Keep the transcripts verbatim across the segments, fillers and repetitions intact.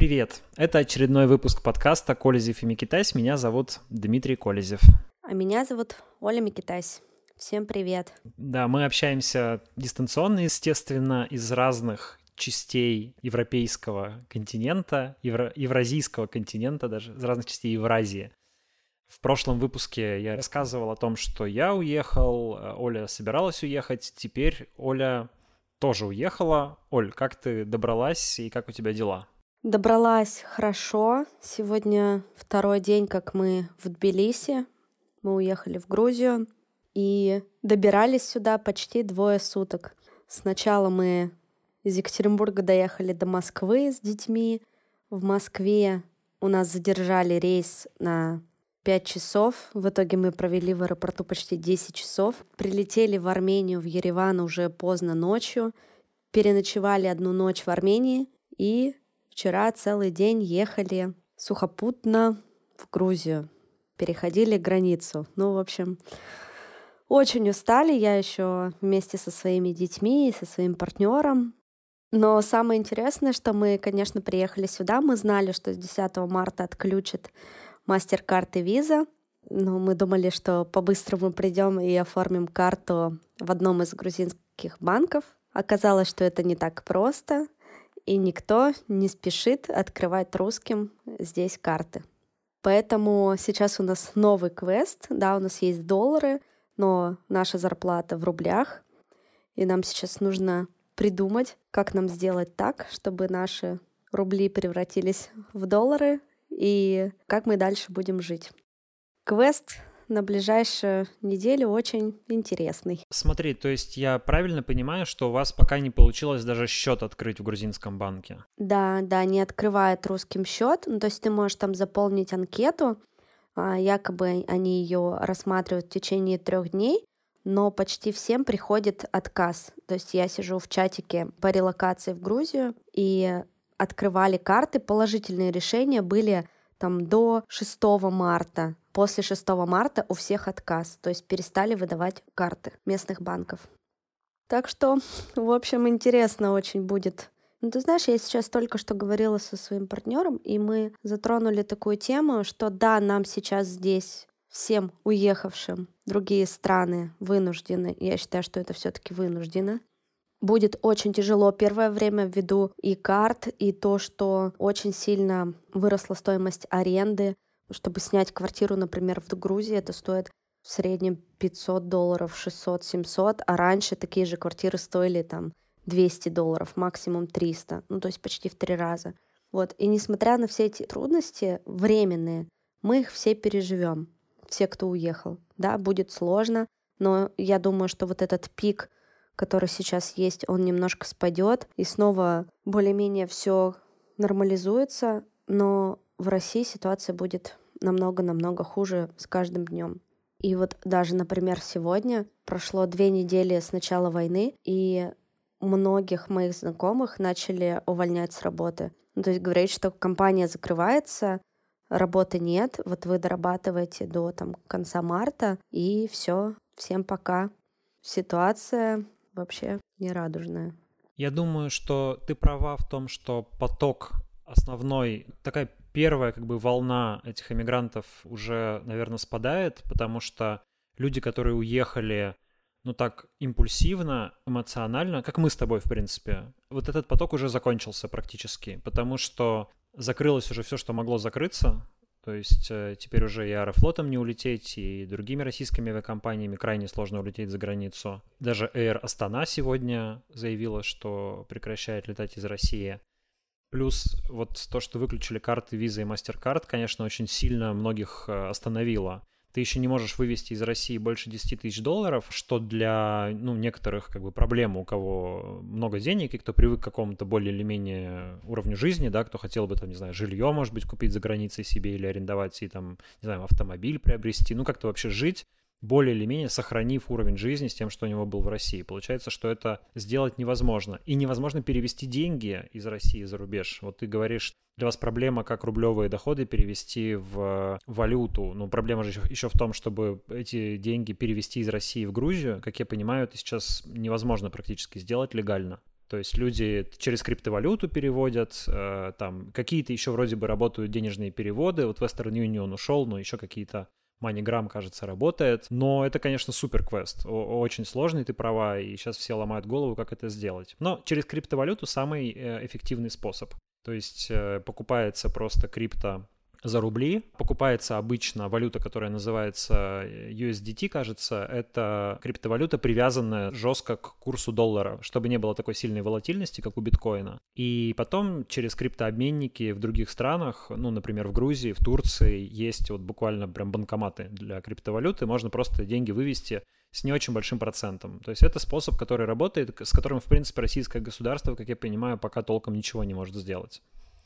Привет! Это очередной выпуск подкаста «Колезев и Микитась». Меня зовут Дмитрий Колезев. А меня зовут Оля Микитась. Всем привет! Да, мы общаемся дистанционно, естественно, из разных частей европейского континента, евро- евразийского континента, даже из разных частей Евразии. В прошлом выпуске я рассказывал о том, что я уехал, Оля собиралась уехать, теперь Оля тоже уехала. Оль, как ты добралась и как у тебя дела? Добралась хорошо. Сегодня второй день, как мы в Тбилиси. Мы уехали в Грузию и добирались сюда почти двое суток. Сначала мы из Екатеринбурга доехали до Москвы с детьми. В Москве у нас задержали рейс на пять часов. В итоге мы провели в аэропорту почти десять часов. Прилетели в Армению, в Ереван уже поздно ночью. Переночевали одну ночь в Армении и вчера целый день ехали сухопутно в Грузию. Переходили границу. Ну, в общем, очень устали. Я еще вместе со своими детьми и со своим партнером. Но самое интересное, что мы, конечно, приехали сюда. Мы знали, что с десятого марта отключат MasterCard и Visa. Но мы думали, что по-быстрому придем и оформим карту в одном из грузинских банков. Оказалось, что это не так просто. И никто не спешит открывать русским здесь карты. Поэтому сейчас у нас новый квест. Да, у нас есть доллары, но наша зарплата в рублях. И нам сейчас нужно придумать, как нам сделать так, чтобы наши рубли превратились в доллары, и как мы дальше будем жить. Квест на ближайшую неделю очень интересный. Смотри, то есть я правильно понимаю, что у вас пока не получилось даже счет открыть в грузинском банке? Да, да, не открывает русским счет. Ну, то есть ты можешь там заполнить анкету, а, якобы они ее рассматривают в течение трех дней, но почти всем приходит отказ. То есть я сижу в чатике по релокации в Грузию, и открывали карты, положительные решения были там до шестого марта. После шестого марта у всех отказ, то есть перестали выдавать карты местных банков. Так что, в общем, интересно очень будет. Ну, ты знаешь, я сейчас только что говорила со своим партнером, и мы затронули такую тему, что да, нам сейчас здесь, всем уехавшим, другие страны вынуждены, я считаю, что это все-таки вынуждено, будет очень тяжело первое время ввиду и карт, и то, что очень сильно выросла стоимость аренды. Чтобы снять квартиру, например, в Грузии, это стоит в среднем пятьсот долларов, шестьсот, семьсот, а раньше такие же квартиры стоили там двести долларов, максимум триста, ну то есть почти в три раза. Вот. И несмотря на все эти трудности временные, мы их все переживем, все, кто уехал. Да, будет сложно, но я думаю, что вот этот пик, который сейчас есть, он немножко спадет, и снова более-менее все нормализуется, но в России ситуация будет намного-намного хуже с каждым днем. И вот даже, например, сегодня прошло две недели с начала войны, и многих моих знакомых начали увольнять с работы. Ну, то есть говорить, что компания закрывается, работы нет, вот вы дорабатываете до там, конца марта, и все, всем пока. Ситуация вообще нерадужная. Я думаю, что ты права в том, что поток основной, такая первая как бы волна этих эмигрантов уже, наверное, спадает, потому что люди, которые уехали, ну так, импульсивно, эмоционально, как мы с тобой, в принципе, вот этот поток уже закончился практически, потому что закрылось уже все, что могло закрыться, то есть э, теперь уже и Аэрофлотом не улететь, и другими российскими авиакомпаниями крайне сложно улететь за границу. Даже Air Astana сегодня заявила, что прекращает летать из России. Плюс вот то, что выключили карты Visa и MasterCard, конечно, очень сильно многих остановило. Ты еще не можешь вывести из России больше десять тысяч долларов, что для ну, некоторых как бы проблема, у кого много денег и кто привык к какому-то более или менее уровню жизни, да, кто хотел бы, там, не знаю, жилье, может быть, купить за границей себе или арендовать и там, не знаю, автомобиль приобрести, ну, как-то вообще жить, более или менее сохранив уровень жизни с тем, что у него был в России. Получается, что это сделать невозможно. И невозможно перевести деньги из России за рубеж. Вот ты говоришь, для вас проблема, как рублевые доходы перевести в валюту. Ну, проблема же еще, еще в том, чтобы эти деньги перевести из России в Грузию. Как я понимаю, это сейчас невозможно практически сделать легально. То То есть люди через криптовалюту переводят, э, там какие-то еще вроде бы работают денежные переводы. Вот Western Union ушел, но еще какие-то MoneyGram, кажется, работает. Но это, конечно, супер квест. О- очень сложный, ты права, и сейчас все ломают голову, как это сделать. Но через криптовалюту самый э, эффективный способ. То есть э, покупается просто крипто за рубли, покупается обычно валюта, которая называется ю эс ди ти, кажется, это криптовалюта, привязанная жестко к курсу доллара, чтобы не было такой сильной волатильности, как у биткоина. И потом через криптообменники в других странах, ну, например, в Грузии, в Турции, есть вот буквально прям банкоматы для криптовалюты, можно просто деньги вывести с не очень большим процентом. То есть это способ, который работает, с которым, в принципе, российское государство, как я понимаю, пока толком ничего не может сделать.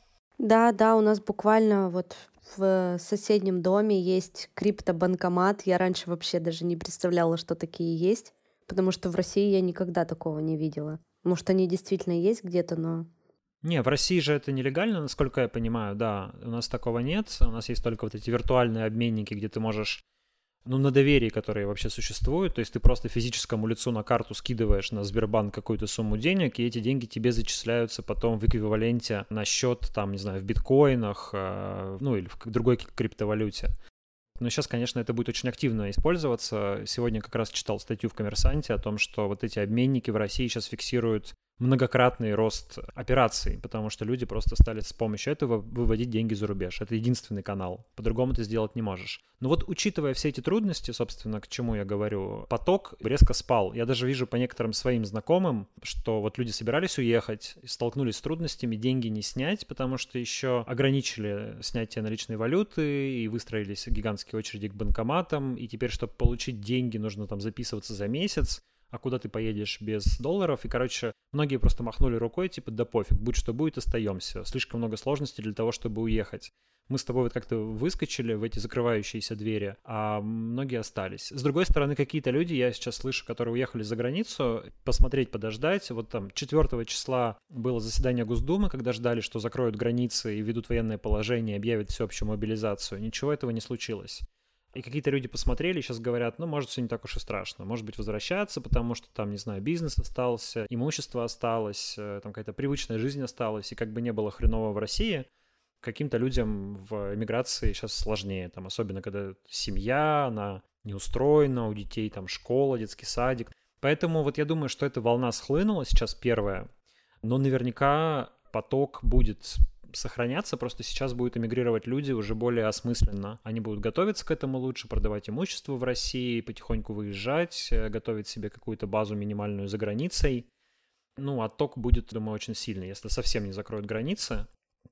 Да, да, у нас буквально вот в соседнем доме есть криптобанкомат. Я раньше вообще даже не представляла, что такие есть, потому что в России я никогда такого не видела. Может, они действительно есть где-то, но... Не, в России же это нелегально, насколько я понимаю, да. У нас такого нет. У нас есть только вот эти виртуальные обменники, где ты можешь, ну, на доверии, которые вообще существуют, то есть ты просто физическому лицу на карту скидываешь на Сбербанк какую-то сумму денег, и эти деньги тебе зачисляются потом в эквиваленте на счет, там, не знаю, в биткоинах, ну, или в другой криптовалюте. Но сейчас, конечно, это будет очень активно использоваться. Сегодня как раз читал статью в «Коммерсанте» о том, что вот эти обменники в России сейчас фиксируют многократный рост операций, потому что люди просто стали с помощью этого выводить деньги за рубеж. Это единственный канал. По-другому ты сделать не можешь. Но вот учитывая все эти трудности, собственно, к чему я говорю, поток резко спал. Я даже вижу по некоторым своим знакомым, что вот люди собирались уехать, столкнулись с трудностями, деньги не снять, потому что еще ограничили снятие наличной валюты и выстроились гигантские очереди к банкоматам, и теперь, чтобы получить деньги, нужно там записываться за месяц, а куда ты поедешь без долларов? И, короче, многие просто махнули рукой, типа, да пофиг, будь что будет, остаемся. Слишком много сложностей для того, чтобы уехать. Мы с тобой вот как-то выскочили в эти закрывающиеся двери, а многие остались. С другой стороны, какие-то люди, я сейчас слышу, которые уехали за границу, посмотреть, подождать. Вот там четвёртого числа было заседание Госдумы, когда ждали, что закроют границы и введут военное положение, объявят всеобщую мобилизацию. Ничего этого не случилось. И какие-то люди посмотрели и сейчас говорят, ну, может, все не так уж и страшно. Может быть, возвращаться, потому что там, не знаю, бизнес остался, имущество осталось, там какая-то привычная жизнь осталась, и как бы не было хреново в России, каким-то людям в эмиграции сейчас сложнее, там, особенно когда семья, она не устроена, у детей там школа, детский садик. Поэтому вот я думаю, что эта волна схлынула сейчас первая, но наверняка поток будет сохраняться, просто сейчас будут эмигрировать люди уже более осмысленно. Они будут готовиться к этому лучше, продавать имущество в России, потихоньку выезжать, готовить себе какую-то базу минимальную за границей. Ну, отток будет, думаю, очень сильный. Если совсем не закроют границы,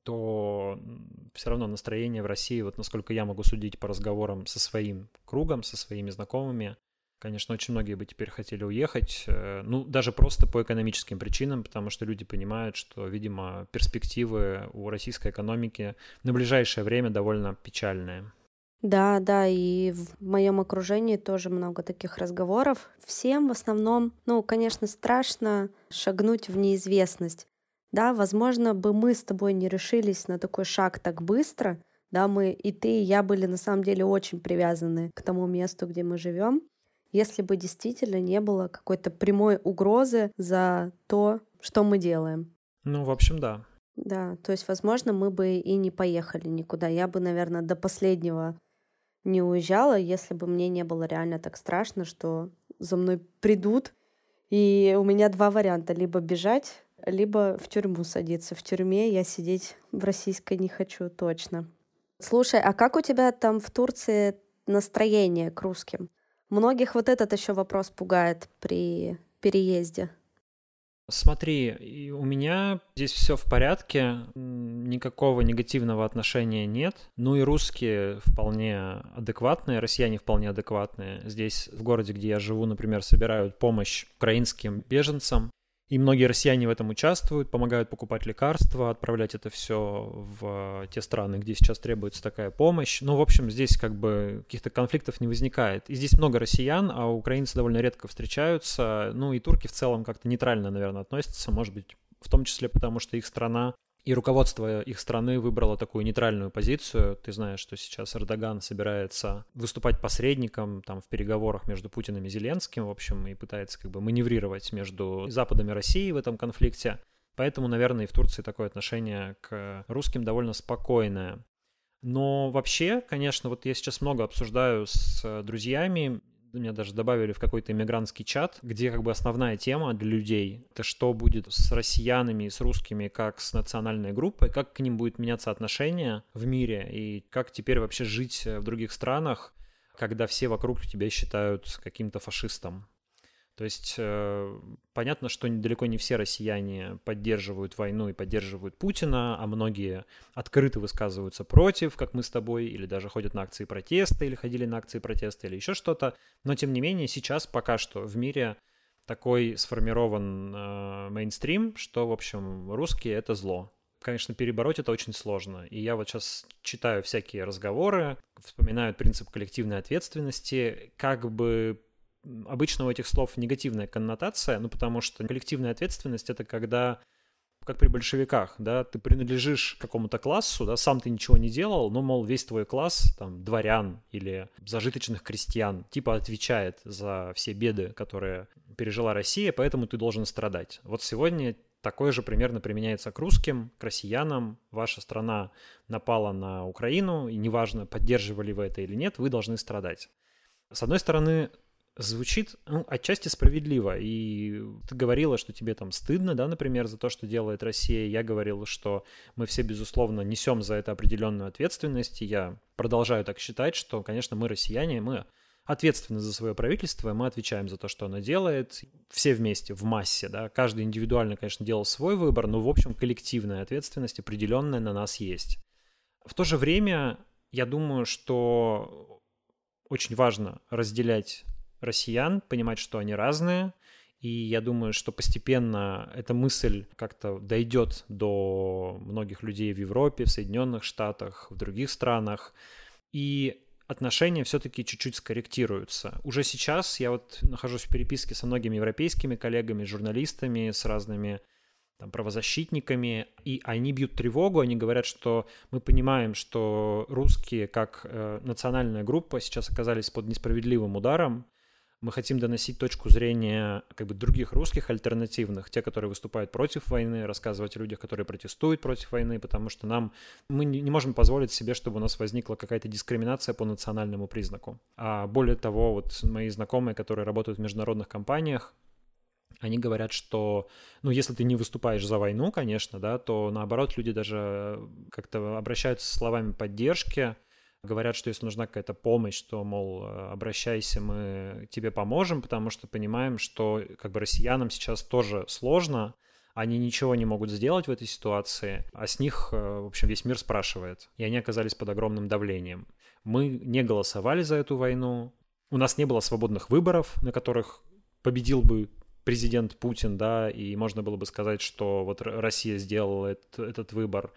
то все равно настроение в России, вот насколько я могу судить по разговорам со своим кругом, со своими знакомыми, конечно, очень многие бы теперь хотели уехать, ну, даже просто по экономическим причинам, потому что люди понимают, что, видимо, перспективы у российской экономики на ближайшее время довольно печальные. Да, да, и в моем окружении тоже много таких разговоров. Всем в основном, ну, конечно, страшно шагнуть в неизвестность. Да, возможно, бы мы с тобой не решились на такой шаг так быстро. Да, мы и ты, и я были на самом деле очень привязаны к тому месту, где мы живем, если бы действительно не было какой-то прямой угрозы за то, что мы делаем. Ну, в общем, да. Да, то есть, возможно, мы бы и не поехали никуда. Я бы, наверное, до последнего не уезжала, если бы мне не было реально так страшно, что за мной придут. И у меня два варианта: либо бежать, либо в тюрьму садиться. В тюрьме я сидеть в российской не хочу точно. Слушай, а как у тебя там в Турции настроение к русским? Многих вот этот еще вопрос пугает при переезде. Смотри, у меня здесь все в порядке, никакого негативного отношения нет. Ну и русские вполне адекватные, россияне вполне адекватные. Здесь, в городе, где я живу, например, собирают помощь украинским беженцам. И многие россияне в этом участвуют, помогают покупать лекарства, отправлять это все в те страны, где сейчас требуется такая помощь. Ну, в общем, здесь как бы каких-то конфликтов не возникает. И здесь много россиян, а украинцы довольно редко встречаются. Ну, и турки в целом как-то нейтрально, наверное, относятся, может быть, в том числе потому, что их страна И руководство их страны выбрало такую нейтральную позицию. Ты знаешь, что сейчас Эрдоган собирается выступать посредником там, в переговорах между Путиным и Зеленским, в общем, и пытается как бы маневрировать между Западом и Россией в этом конфликте. Поэтому, наверное, и в Турции такое отношение к русским довольно спокойное. Но вообще, конечно, вот я сейчас много обсуждаю с друзьями, меня даже добавили в какой-то иммигрантский чат, где как бы основная тема для людей — это что будет с россиянами и с русскими как с национальной группой, как к ним будет меняться отношение в мире и как теперь вообще жить в других странах, когда все вокруг тебя считают каким-то фашистом. То есть э, понятно, что далеко не все россияне поддерживают войну и поддерживают Путина, а многие открыто высказываются против, как мы с тобой, или даже ходят на акции протеста, или ходили на акции протеста, или еще что-то. Но, тем не менее, сейчас пока что в мире такой сформирован э, мейнстрим, что, в общем, русские — это зло. Конечно, перебороть это очень сложно. И я вот сейчас читаю всякие разговоры, вспоминаю принцип коллективной ответственности, как бы обычно у этих слов негативная коннотация, ну, потому что коллективная ответственность — это когда, как при большевиках, да, ты принадлежишь какому-то классу, да, сам ты ничего не делал, но, мол, весь твой класс, там, дворян или зажиточных крестьян, типа отвечает за все беды, которые пережила Россия, поэтому ты должен страдать. Вот сегодня такое же примерно применяется к русским, к россиянам. Ваша страна напала на Украину, и неважно, поддерживали вы это или нет, вы должны страдать. С одной стороны, звучит, ну, отчасти справедливо, и ты говорила, что тебе там стыдно, да, например, за то, что делает Россия. Я говорил, что мы все, безусловно, несем за это определенную ответственность, и я продолжаю так считать, что, конечно, мы, россияне, мы ответственны за свое правительство, и мы отвечаем за то, что оно делает, все вместе, в массе, да, каждый индивидуально, конечно, делал свой выбор, но, в общем, коллективная ответственность определенная на нас есть. В то же время, я думаю, что очень важно разделять россиян, понимать, что они разные, и я думаю, что постепенно эта мысль как-то дойдет до многих людей в Европе, в Соединенных Штатах, в других странах, и отношения все-таки чуть-чуть скорректируются. Уже сейчас я вот нахожусь в переписке со многими европейскими коллегами, журналистами, с разными там, правозащитниками, и они бьют тревогу, они говорят, что мы понимаем, что русские как э, национальная группа сейчас оказались под несправедливым ударом. Мы хотим доносить точку зрения как бы других русских, альтернативных, те, которые выступают против войны, рассказывать о людях, которые протестуют против войны, потому что нам мы не можем позволить себе, чтобы у нас возникла какая-то дискриминация по национальному признаку. А более того, вот мои знакомые, которые работают в международных компаниях, они говорят, что, ну, если ты не выступаешь за войну, конечно, да, то наоборот люди даже как-то обращаются с словами поддержки, говорят, что если нужна какая-то помощь, то, мол, обращайся, мы тебе поможем, потому что понимаем, что как бы россиянам сейчас тоже сложно, они ничего не могут сделать в этой ситуации, а с них, в общем, весь мир спрашивает, и они оказались под огромным давлением. Мы не голосовали за эту войну, у нас не было свободных выборов, на которых победил бы президент Путин, да, и можно было бы сказать, что вот Россия сделала этот, этот выбор.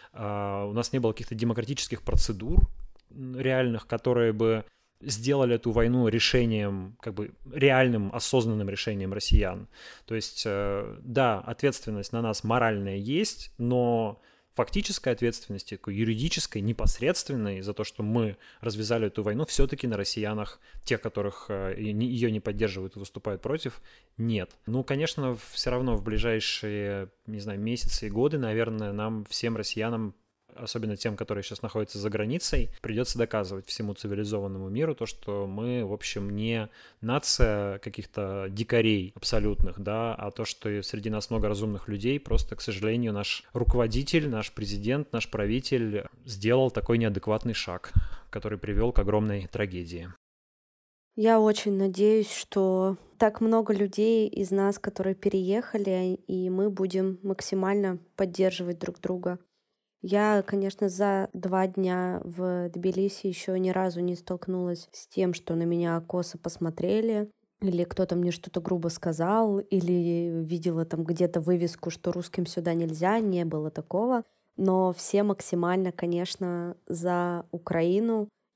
А, у нас не было каких-то демократических процедур реальных, которые бы сделали эту войну решением, как бы реальным, осознанным решением россиян. То есть, да, ответственность на нас моральная есть, но фактической ответственности, такой юридической, непосредственной за то, что мы развязали эту войну, все-таки на россиянах, тех, которых ее не поддерживают и выступают против, нет. Ну, конечно, все равно в ближайшие, не знаю, месяцы и годы, наверное, нам, всем россиянам, особенно тем, которые сейчас находятся за границей, придется доказывать всему цивилизованному миру то, что мы, в общем, не нация каких-то дикарей абсолютных, да, а то, что среди нас много разумных людей, просто, к сожалению, наш руководитель, наш президент, наш правитель сделал такой неадекватный шаг, который привел к огромной трагедии. Я очень надеюсь, что так много людей из нас, которые переехали, и мы будем максимально поддерживать друг друга. Я, конечно, за два дня в Тбилиси еще ни разу не столкнулась с тем, что на меня косо посмотрели, или кто-то мне что-то грубо сказал, или видела там где-то вывеску, что русским сюда нельзя, не было такого. Но все максимально, конечно, за Украину.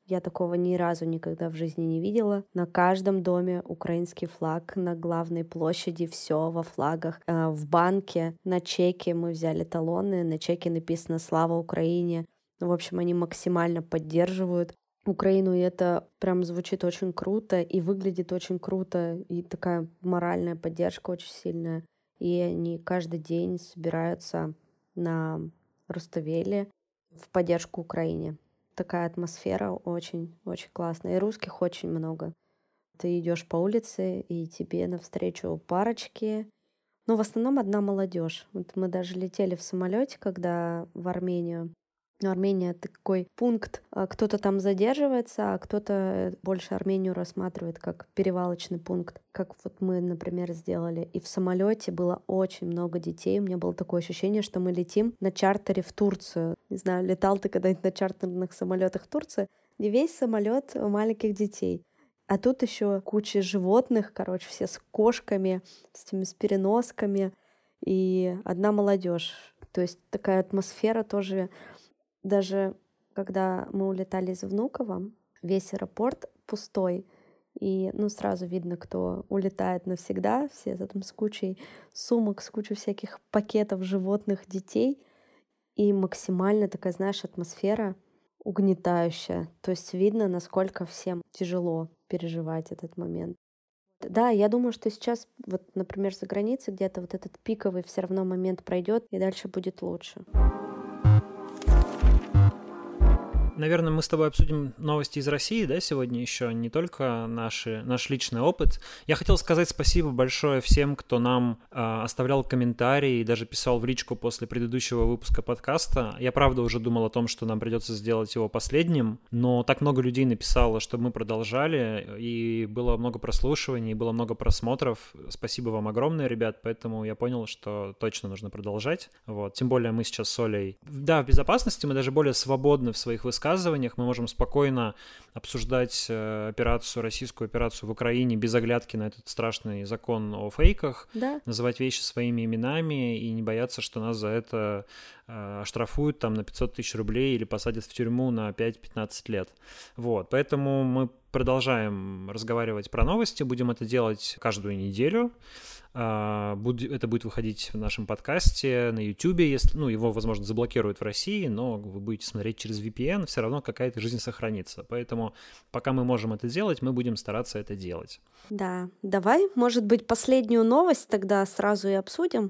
Я такого ни разу никогда в жизни не видела. На каждом доме украинский флаг, на главной площади все во флагах. А в банке на чеке мы взяли талоны, на чеке написано «Слава Украине». В общем, они максимально поддерживают Украину, и это прям звучит очень круто и выглядит очень круто, и такая моральная поддержка очень сильная. И они каждый день собираются на Руставели в поддержку Украине. Такая атмосфера очень-очень классная. И русских очень много. Ты идешь по улице, и тебе навстречу парочки. Но в основном одна молодежь. Вот мы даже летели в самолете, когда в Армению. Армения — такой пункт, кто-то там задерживается, а кто-то больше Армению рассматривает как перевалочный пункт, как вот мы, например, сделали. И в самолете было очень много детей. У меня было такое ощущение, что мы летим на чартере в Турцию. Не знаю, летал ты когда-нибудь на чартерных самолетах в Турцию? И весь самолет маленьких детей. А тут еще куча животных, короче, все с кошками, с этими с переносками, и одна молодежь. То есть такая атмосфера тоже. Даже когда мы улетали из Внуково, весь аэропорт пустой, и ну сразу видно, кто улетает навсегда, все там с кучей сумок, с кучей всяких пакетов животных, детей, и максимально такая, знаешь, атмосфера угнетающая. То есть видно, насколько всем тяжело переживать этот момент. Да, я думаю, что сейчас, вот, например, за границей где-то вот этот пиковый все равно момент пройдет, и дальше будет лучше. Наверное, мы с тобой обсудим новости из России, да, сегодня еще, не только наши, наш личный опыт. Я хотел сказать спасибо большое всем, кто нам э, оставлял комментарии и даже писал в личку после предыдущего выпуска подкаста. Я, правда, уже думал о том, что нам придется сделать его последним, но так много людей написало, чтобы мы продолжали, и было много прослушиваний, и было много просмотров. Спасибо вам огромное, ребят, поэтому я понял, что точно нужно продолжать. Вот. Тем более мы сейчас с Олей, да, в безопасности, мы даже более свободны в своих высказываниях, мы можем спокойно обсуждать э, операцию, российскую операцию в Украине без оглядки на этот страшный закон о фейках, да. Называть вещи своими именами и не бояться, что нас за это э, оштрафуют там на пятьсот тысяч рублей или посадят в тюрьму на пять-пятнадцать лет. Вот, поэтому мы продолжаем разговаривать про новости, будем это делать каждую неделю. Это будет выходить в нашем подкасте на YouTube, если, ну, его, возможно, заблокируют в России, но вы будете смотреть через ви пи эн, все равно какая-то жизнь сохранится. Поэтому пока мы можем это делать, мы будем стараться это делать. Да, давай, может быть, последнюю новость тогда сразу и обсудим.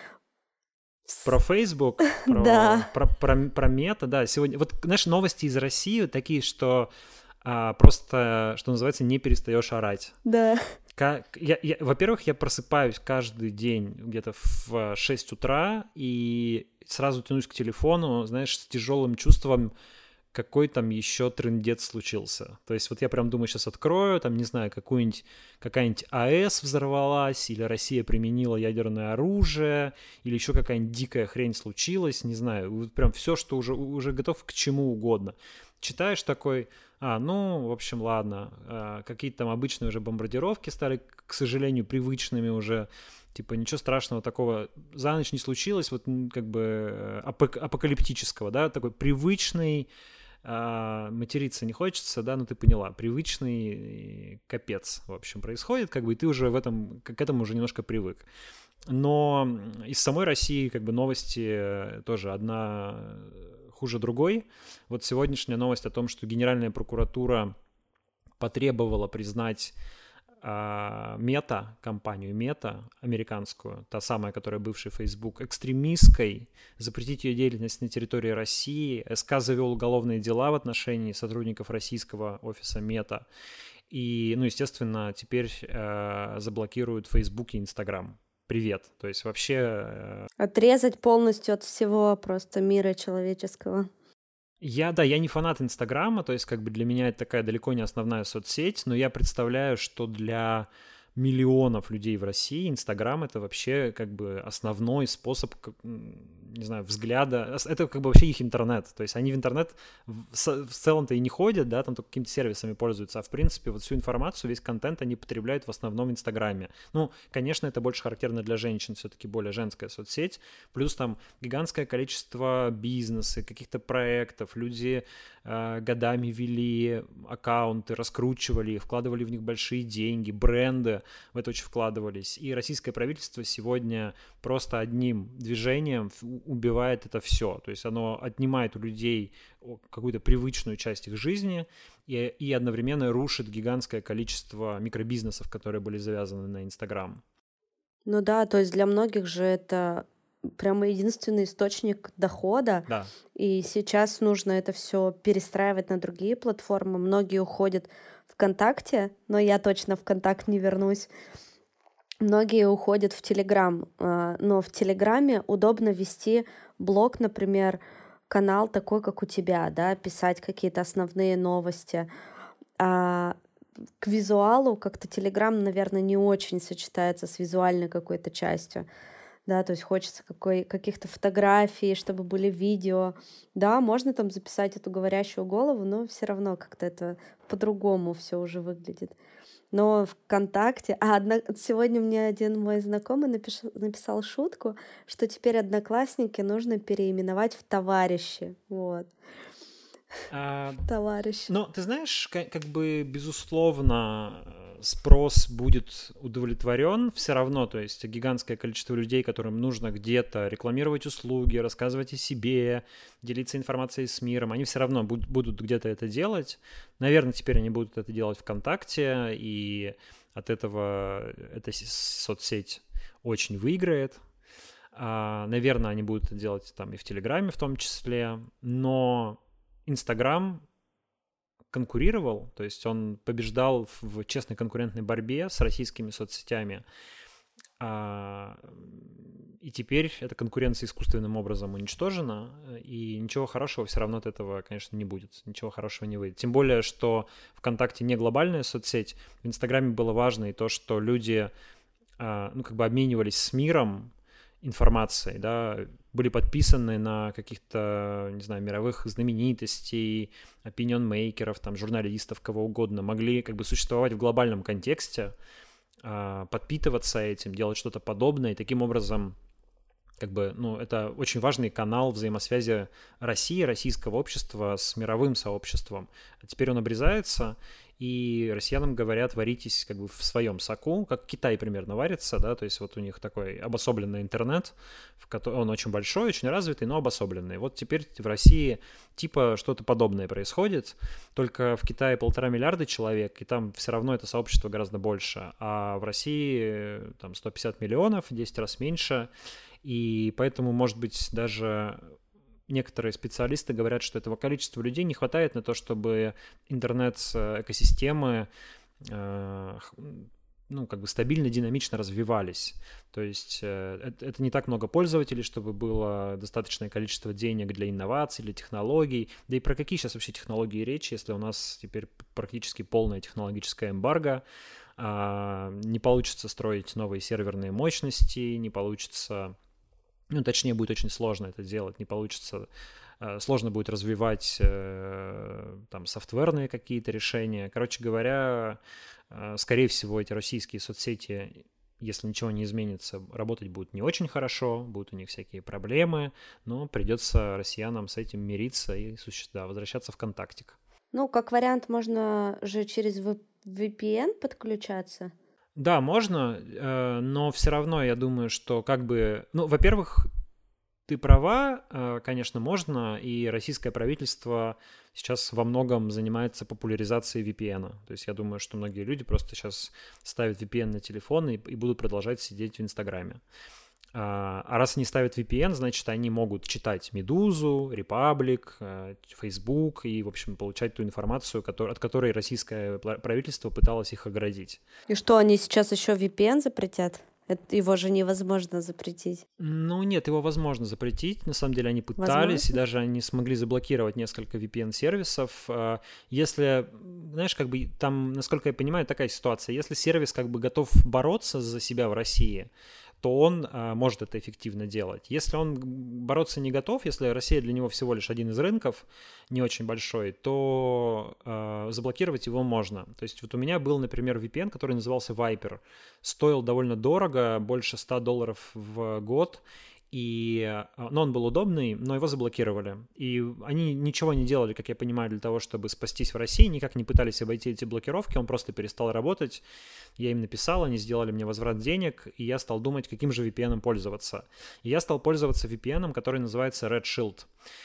Про Facebook, про, да. про, про, про мета, да. Сегодня, вот, знаешь, новости из России такие, что а, просто, что называется, не перестаешь орать. Да. Как, я, я, во-первых, я просыпаюсь каждый день где-то в шесть утра и сразу тянусь к телефону, знаешь, с тяжелым чувством, какой там еще трындец случился. То есть вот я прям думаю, сейчас открою, там, не знаю, какую-нибудь, какая-нибудь АЭС взорвалась, или Россия применила ядерное оружие, или еще какая-нибудь дикая хрень случилась, не знаю, вот прям все, что уже, уже готов к чему угодно. Читаешь такой, а, ну, в общем, ладно, а, какие-то там обычные уже бомбардировки стали, к сожалению, привычными уже, типа ничего страшного такого за ночь не случилось, вот как бы апок- апокалиптического, да, такой привычный, а, материться не хочется, да, ну ты поняла, привычный капец, в общем, происходит, как бы, и ты уже в этом, к этому уже немножко привык. Но из самой России, как бы, новости тоже одна хуже другой. Вот сегодняшняя новость о том, что Генеральная прокуратура потребовала признать а, Мета, компанию Мета, американскую, та самая, которая бывший Facebook, экстремистской, запретить ее деятельность на территории России. СК завел уголовные дела в отношении сотрудников российского офиса Мета. И, ну, естественно, теперь э, заблокируют Facebook и Instagram. Привет. То есть вообще... Отрезать полностью от всего просто мира человеческого. Я, да, я не фанат Инстаграма, то есть как бы для меня это такая далеко не основная соцсеть, но я представляю, что для миллионов людей в России Инстаграм — это вообще как бы основной способ, не знаю, взгляда. Это как бы вообще их интернет. То есть они в интернет в, в целом-то и не ходят, да, там только какими-то сервисами пользуются, а в принципе вот всю информацию, весь контент они потребляют в основном в Инстаграме. Ну, конечно, это больше характерно для женщин, все-таки более женская соцсеть. Плюс там гигантское количество бизнеса, каких-то проектов. Люди э, годами вели аккаунты, раскручивали их, вкладывали в них большие деньги, бренды в это очень вкладывались. И российское правительство сегодня просто одним движением убивает это все. То есть оно отнимает у людей какую-то привычную часть их жизни и, и одновременно рушит гигантское количество микробизнесов, которые были завязаны на Инстаграм. Ну да, то есть для многих же это прямо единственный источник дохода. Да. И сейчас нужно это все перестраивать на другие платформы. Многие уходят ВКонтакте, но я точно в ВКонтакт не вернусь. Многие уходят в Телеграм, но в Телеграме удобно вести блог, например, канал такой, как у тебя, да, писать какие-то основные новости. А к визуалу как-то Телеграм, наверное, не очень сочетается с визуальной какой-то частью. Да, то есть хочется какой, каких-то фотографий, чтобы были видео. Да, можно там записать эту говорящую голову, но все равно как-то это по-другому все уже выглядит. Но ВКонтакте... А одно... сегодня мне один мой знакомый напиш... написал шутку, что теперь Одноклассники нужно переименовать в товарищи. Вот. А, Товарищ. ну, ты знаешь, как, как бы, безусловно, спрос будет удовлетворен все равно, то есть гигантское количество людей, которым нужно где-то рекламировать услуги, рассказывать о себе, делиться информацией с миром, они все равно будут, будут где-то это делать. Наверное, теперь они будут это делать ВКонтакте, и от этого эта соцсеть очень выиграет. А, наверное, они будут это делать там и в Телеграме в том числе, но Инстаграм конкурировал, то есть он побеждал в честной конкурентной борьбе с российскими соцсетями, а, и теперь эта конкуренция искусственным образом уничтожена, и ничего хорошего все равно от этого, конечно, не будет, ничего хорошего не выйдет. Тем более, что ВКонтакте не глобальная соцсеть, в Инстаграме было важно и то, что люди, а, ну, как бы обменивались с миром информацией, да, были подписаны на каких-то, не знаю, мировых знаменитостей, опинион-мейкеров, там, журналистов, кого угодно, могли как бы существовать в глобальном контексте, подпитываться этим, делать что-то подобное, и таким образом как бы, ну, это очень важный канал взаимосвязи России, российского общества с мировым сообществом. А теперь он обрезается, и россиянам говорят: варитесь как бы в своем соку, как Китай примерно варится, да, то есть вот у них такой обособленный интернет, в котором он очень большой, очень развитый, но обособленный. Вот теперь в России типа что-то подобное происходит, только в Китае полтора миллиарда человек, и там все равно это сообщество гораздо больше, а в России там сто пятьдесят миллионов, в десять раз меньше, и поэтому, может быть, даже некоторые специалисты говорят, что этого количества людей не хватает на то, чтобы интернет-экосистемы э, ну, как бы стабильно, динамично развивались. То есть э, это не так много пользователей, чтобы было достаточное количество денег для инноваций, для технологий. Да и про какие сейчас вообще технологии речь, если у нас теперь практически полная технологическая эмбарго, э, не получится строить новые серверные мощности, не получится... Ну, точнее, будет очень сложно это делать, не получится, сложно будет развивать там софтверные какие-то решения. Короче говоря, скорее всего, эти российские соцсети, если ничего не изменится, работать будут не очень хорошо, будут у них всякие проблемы, но придется россиянам с этим мириться и да, возвращаться в контактик. Ну, как вариант, можно же через ви пи эн подключаться. Да, можно, но все равно я думаю, что как бы... Ну, во-первых, ты права, конечно, можно, и российское правительство сейчас во многом занимается популяризацией ви пи эн. То есть я думаю, что многие люди просто сейчас ставят ви пи эн на телефон и, и будут продолжать сидеть в Инстаграме. А раз они ставят ви пи эн, значит, они могут читать «Медузу», «Репаблик», «Фейсбук» и, в общем, получать ту информацию, от которой российское правительство пыталось их оградить. И что, они сейчас еще ви пи эн запретят? Это, его же невозможно запретить. Ну нет, его возможно запретить. На самом деле они пытались, Возможно? и даже они смогли заблокировать несколько ви пи эн-сервисов. Если, знаешь, как бы там, насколько я понимаю, такая ситуация. Если сервис как бы готов бороться за себя в России, то он а, может это эффективно делать. Если он бороться не готов, если Россия для него всего лишь один из рынков, не очень большой, то а, заблокировать его можно. То есть вот у меня был, например, ви пи эн, который назывался Viper. Стоил довольно дорого, больше ста долларов в год. И, ну, он был удобный, но его заблокировали. И они ничего не делали, как я понимаю, для того, чтобы спастись в России, никак не пытались обойти эти блокировки, он просто перестал работать. Я им написал, они сделали мне возврат денег, и я стал думать, каким же ви пи эн пользоваться. И я стал пользоваться ви пи эн, который называется Red Shield.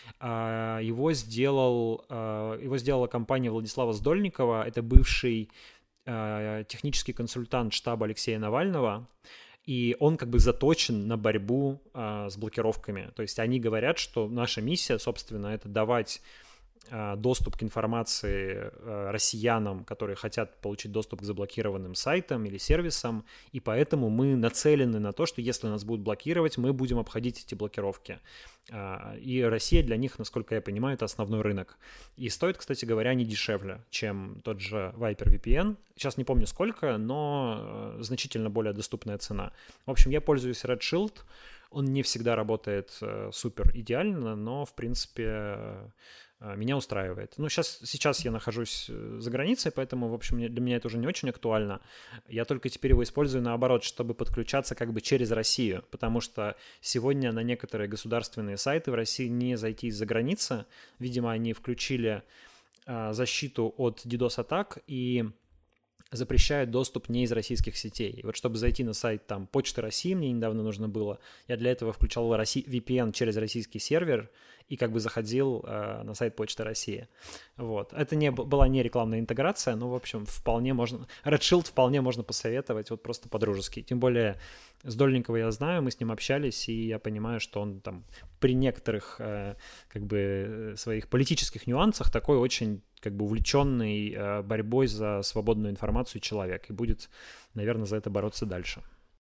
Его, сделал, его сделала компания Владислава Сдольникова, это бывший технический консультант штаба Алексея Навального, и он как бы заточен на борьбу а, с блокировками. То есть они говорят, что наша миссия, собственно, это давать а, доступ к информации а, россиянам, которые хотят получить доступ к заблокированным сайтам или сервисам, и поэтому мы нацелены на то, что если нас будут блокировать, мы будем обходить эти блокировки. А, и Россия для них, насколько я понимаю, это основной рынок. И стоит, кстати говоря, не дешевле, чем тот же Viper ви пи эн. Сейчас не помню сколько, но значительно более доступная цена. В общем, я пользуюсь Red Shield. Он не всегда работает супер идеально, но, в принципе, меня устраивает. Ну, сейчас, сейчас я нахожусь за границей, поэтому, в общем, для меня это уже не очень актуально. Я только теперь его использую наоборот, чтобы подключаться как бы через Россию, потому что сегодня на некоторые государственные сайты в России не зайти из-за границы. Видимо, они включили а, защиту от DDoS-атак и запрещают доступ не из российских сетей. И вот чтобы зайти на сайт там Почты России, мне недавно нужно было, я для этого включал ви пи эн через российский сервер и как бы заходил э, на сайт Почты России. Вот. Это не, была не рекламная интеграция, но, в общем, вполне можно... Red Shield вполне можно посоветовать, вот просто по-дружески. Тем более Сдольникова я знаю, мы с ним общались, и я понимаю, что он там при некоторых э, как бы своих политических нюансах такой очень как бы увлеченный э, борьбой за свободную информацию человек, и будет, наверное, за это бороться дальше.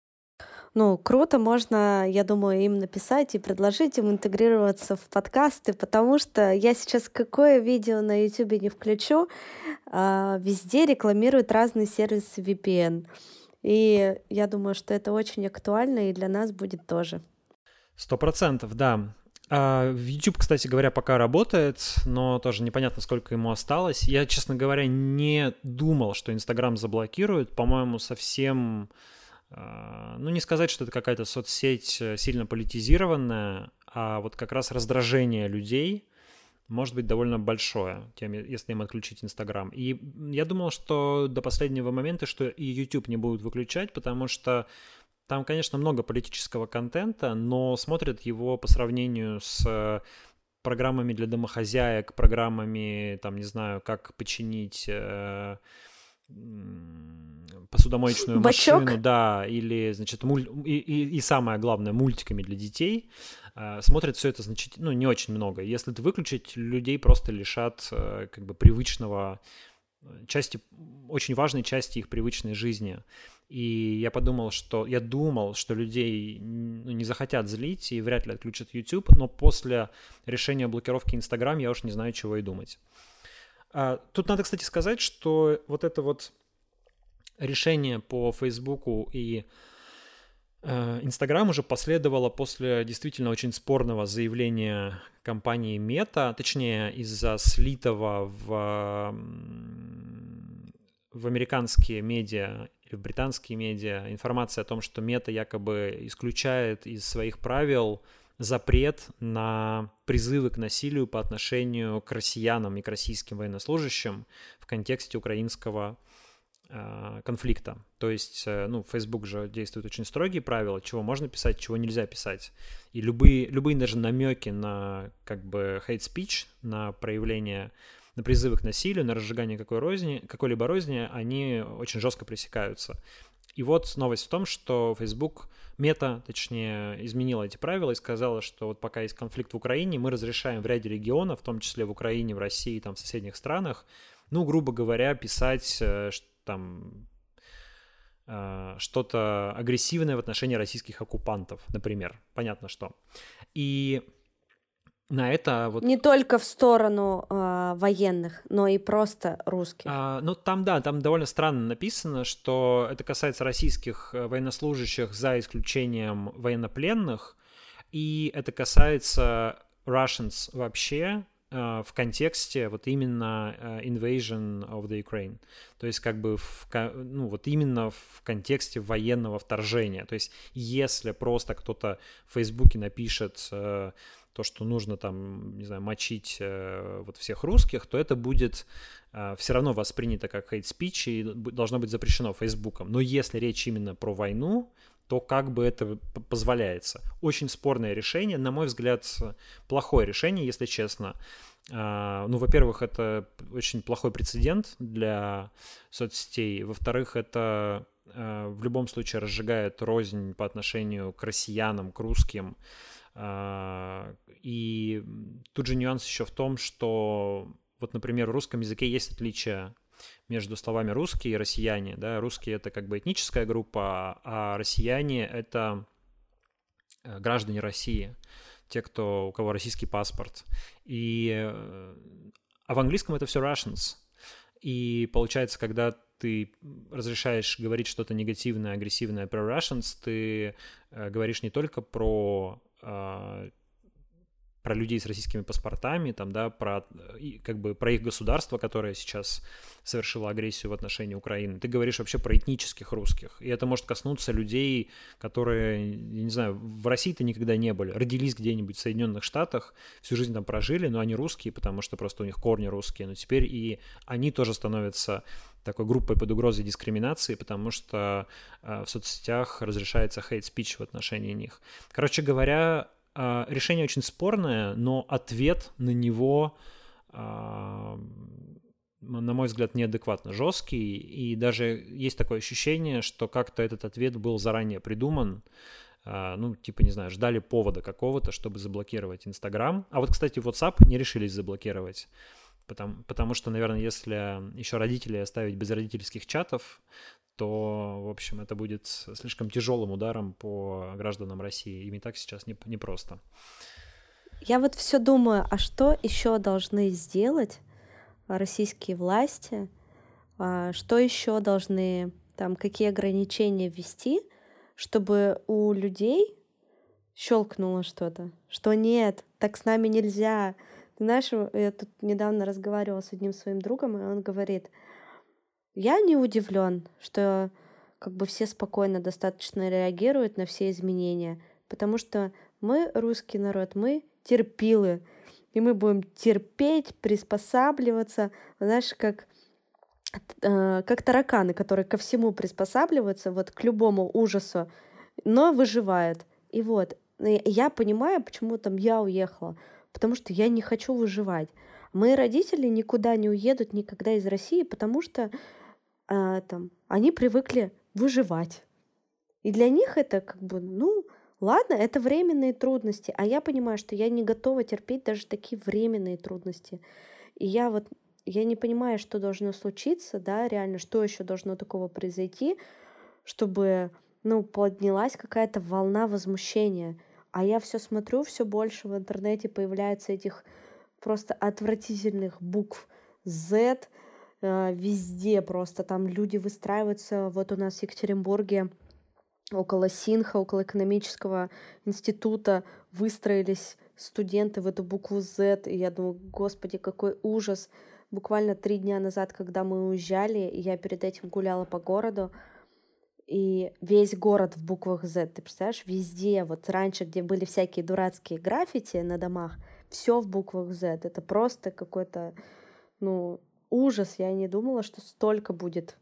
Ну, круто, можно, я думаю, им написать и предложить им интегрироваться в подкасты, потому что я сейчас какое видео на YouTube не включу, а, везде рекламируют разные сервисы ви пи эн. И я думаю, что это очень актуально и для нас будет тоже. Сто процентов, да. А, YouTube, кстати говоря, пока работает, но тоже непонятно, сколько ему осталось. Я, честно говоря, не думал, что Instagram заблокируют. По-моему, совсем... Ну, не сказать, что это какая-то соцсеть сильно политизированная, а вот как раз раздражение людей может быть довольно большое, тем, если им отключить Инстаграм. И я думал, что до последнего момента, что и YouTube не будут выключать, потому что там, конечно, много политического контента, но смотрят его по сравнению с программами для домохозяек, программами, там, не знаю, как починить... посудомоечную Бачок. машину, да, или, значит, муль... и, и, и самое главное, мультиками для детей, э, смотрят все это, значит, ну, не очень много. Если это выключить, людей просто лишат э, как бы привычного, части, очень важной части их привычной жизни. И я подумал, что, я думал, что людей ну, не захотят злить и вряд ли отключат YouTube, но после решения блокировки Instagram я уж не знаю, чего и думать. Тут надо, кстати, сказать, что вот это вот решение по Фейсбуку и Инстаграм уже последовало после действительно очень спорного заявления компании Meta, точнее, из-за слитого в, в американские медиа или в британские медиа информация о том, что Meta якобы исключает из своих правил запрет на призывы к насилию по отношению к россиянам и к российским военнослужащим в контексте украинского э, конфликта. То есть, э, ну, Facebook же действует очень строгие правила, чего можно писать, чего нельзя писать. И любые, любые даже намеки на как бы hate speech, на проявление, на призывы к насилию, на разжигание какой розни, какой-либо розни, они очень жестко пресекаются. И вот новость в том, что Facebook, Meta, точнее, изменила эти правила и сказала, что вот пока есть конфликт в Украине, мы разрешаем в ряде регионов, в том числе в Украине, в России, там, в соседних странах, ну, грубо говоря, писать, что там э, что-то агрессивное в отношении российских оккупантов, например. Понятно, что. И на это вот... Не только в сторону э, военных, но и просто русских. А, ну, там, да, там довольно странно написано, что это касается российских военнослужащих за исключением военнопленных, и это касается Russians вообще э, в контексте вот именно э, invasion of the Ukraine. То есть как бы в, ну, вот именно в контексте военного вторжения. То есть если просто кто-то в Фейсбуке напишет... Э, то, что нужно там, не знаю, мочить э, вот всех русских, то это будет э, все равно воспринято как хейт-спич и должно быть запрещено Фейсбуком. Но если речь именно про войну, то как бы это позволяется. Очень спорное решение, на мой взгляд, плохое решение, если честно. Э, ну, во-первых, это очень плохой прецедент для соцсетей. Во-вторых, это э, в любом случае разжигает рознь по отношению к россиянам, к русским. И тут же нюанс еще в том, что вот, например, в русском языке есть отличие между словами «русские» и «россияне». Да? Русские — это как бы этническая группа, а россияне — это граждане России, те, кто, у кого российский паспорт. И, а в английском это все Russians. И получается, когда ты разрешаешь говорить что-то негативное, агрессивное про Russians, ты говоришь не только про про людей с российскими паспортами, там, да, про, как бы, про их государство, которое сейчас совершило агрессию в отношении Украины. Ты говоришь вообще про этнических русских. И это может коснуться людей, которые, я не знаю, в России-то никогда не были, родились где-нибудь в Соединенных Штатах, всю жизнь там прожили, но они русские, потому что просто у них корни русские. Но теперь и они тоже становятся такой группой под угрозой дискриминации, потому что э, в соцсетях разрешается хейт-спич в отношении них. Короче говоря, э, решение очень спорное, но ответ на него, э, на мой взгляд, неадекватно жесткий, и даже есть такое ощущение, что как-то этот ответ был заранее придуман, э, ну, типа, не знаю, ждали повода какого-то, чтобы заблокировать Инстаграм. А вот, кстати, WhatsApp не решились заблокировать. Потому, потому что, наверное, если еще родителей оставить без родительских чатов, то, в общем, это будет слишком тяжелым ударом по гражданам России. Им и так сейчас не, непросто. Я вот все думаю, а что еще должны сделать российские власти? Что еще должны, там, какие ограничения ввести, чтобы у людей щелкнуло что-то? Что нет, так с нами нельзя. Ты знаешь, я тут недавно разговаривала с одним своим другом, и он говорит, я не удивлен, что как бы все спокойно достаточно реагируют на все изменения, потому что мы, русский народ, мы терпилы, и мы будем терпеть, приспосабливаться, знаешь, как, э, как тараканы, которые ко всему приспосабливаются, вот к любому ужасу, но выживают. И вот, я понимаю, почему там я уехала, потому что я не хочу выживать. Мои родители никуда не уедут никогда из России, потому что э, там, они привыкли выживать. И для них это как бы, ну, ладно, это временные трудности, а я понимаю, что я не готова терпеть даже такие временные трудности. И я вот, я не понимаю, что должно случиться, да, реально, что еще должно такого произойти, чтобы, ну, поднялась какая-то волна возмущения. А я все смотрю, все больше в интернете появляется этих просто отвратительных букв Z э, везде просто. Там люди выстраиваются. Вот у нас в Екатеринбурге около СИНХа, около экономического института выстроились студенты в эту букву Z. И я думаю, господи, какой ужас. Буквально три дня назад, когда мы уезжали, я перед этим гуляла по городу, и весь город в буквах Z, ты представляешь, везде, вот раньше, где были всякие дурацкие граффити на домах, все в буквах Z. Это просто какой-то, ну, ужас. Я не думала, что столько будет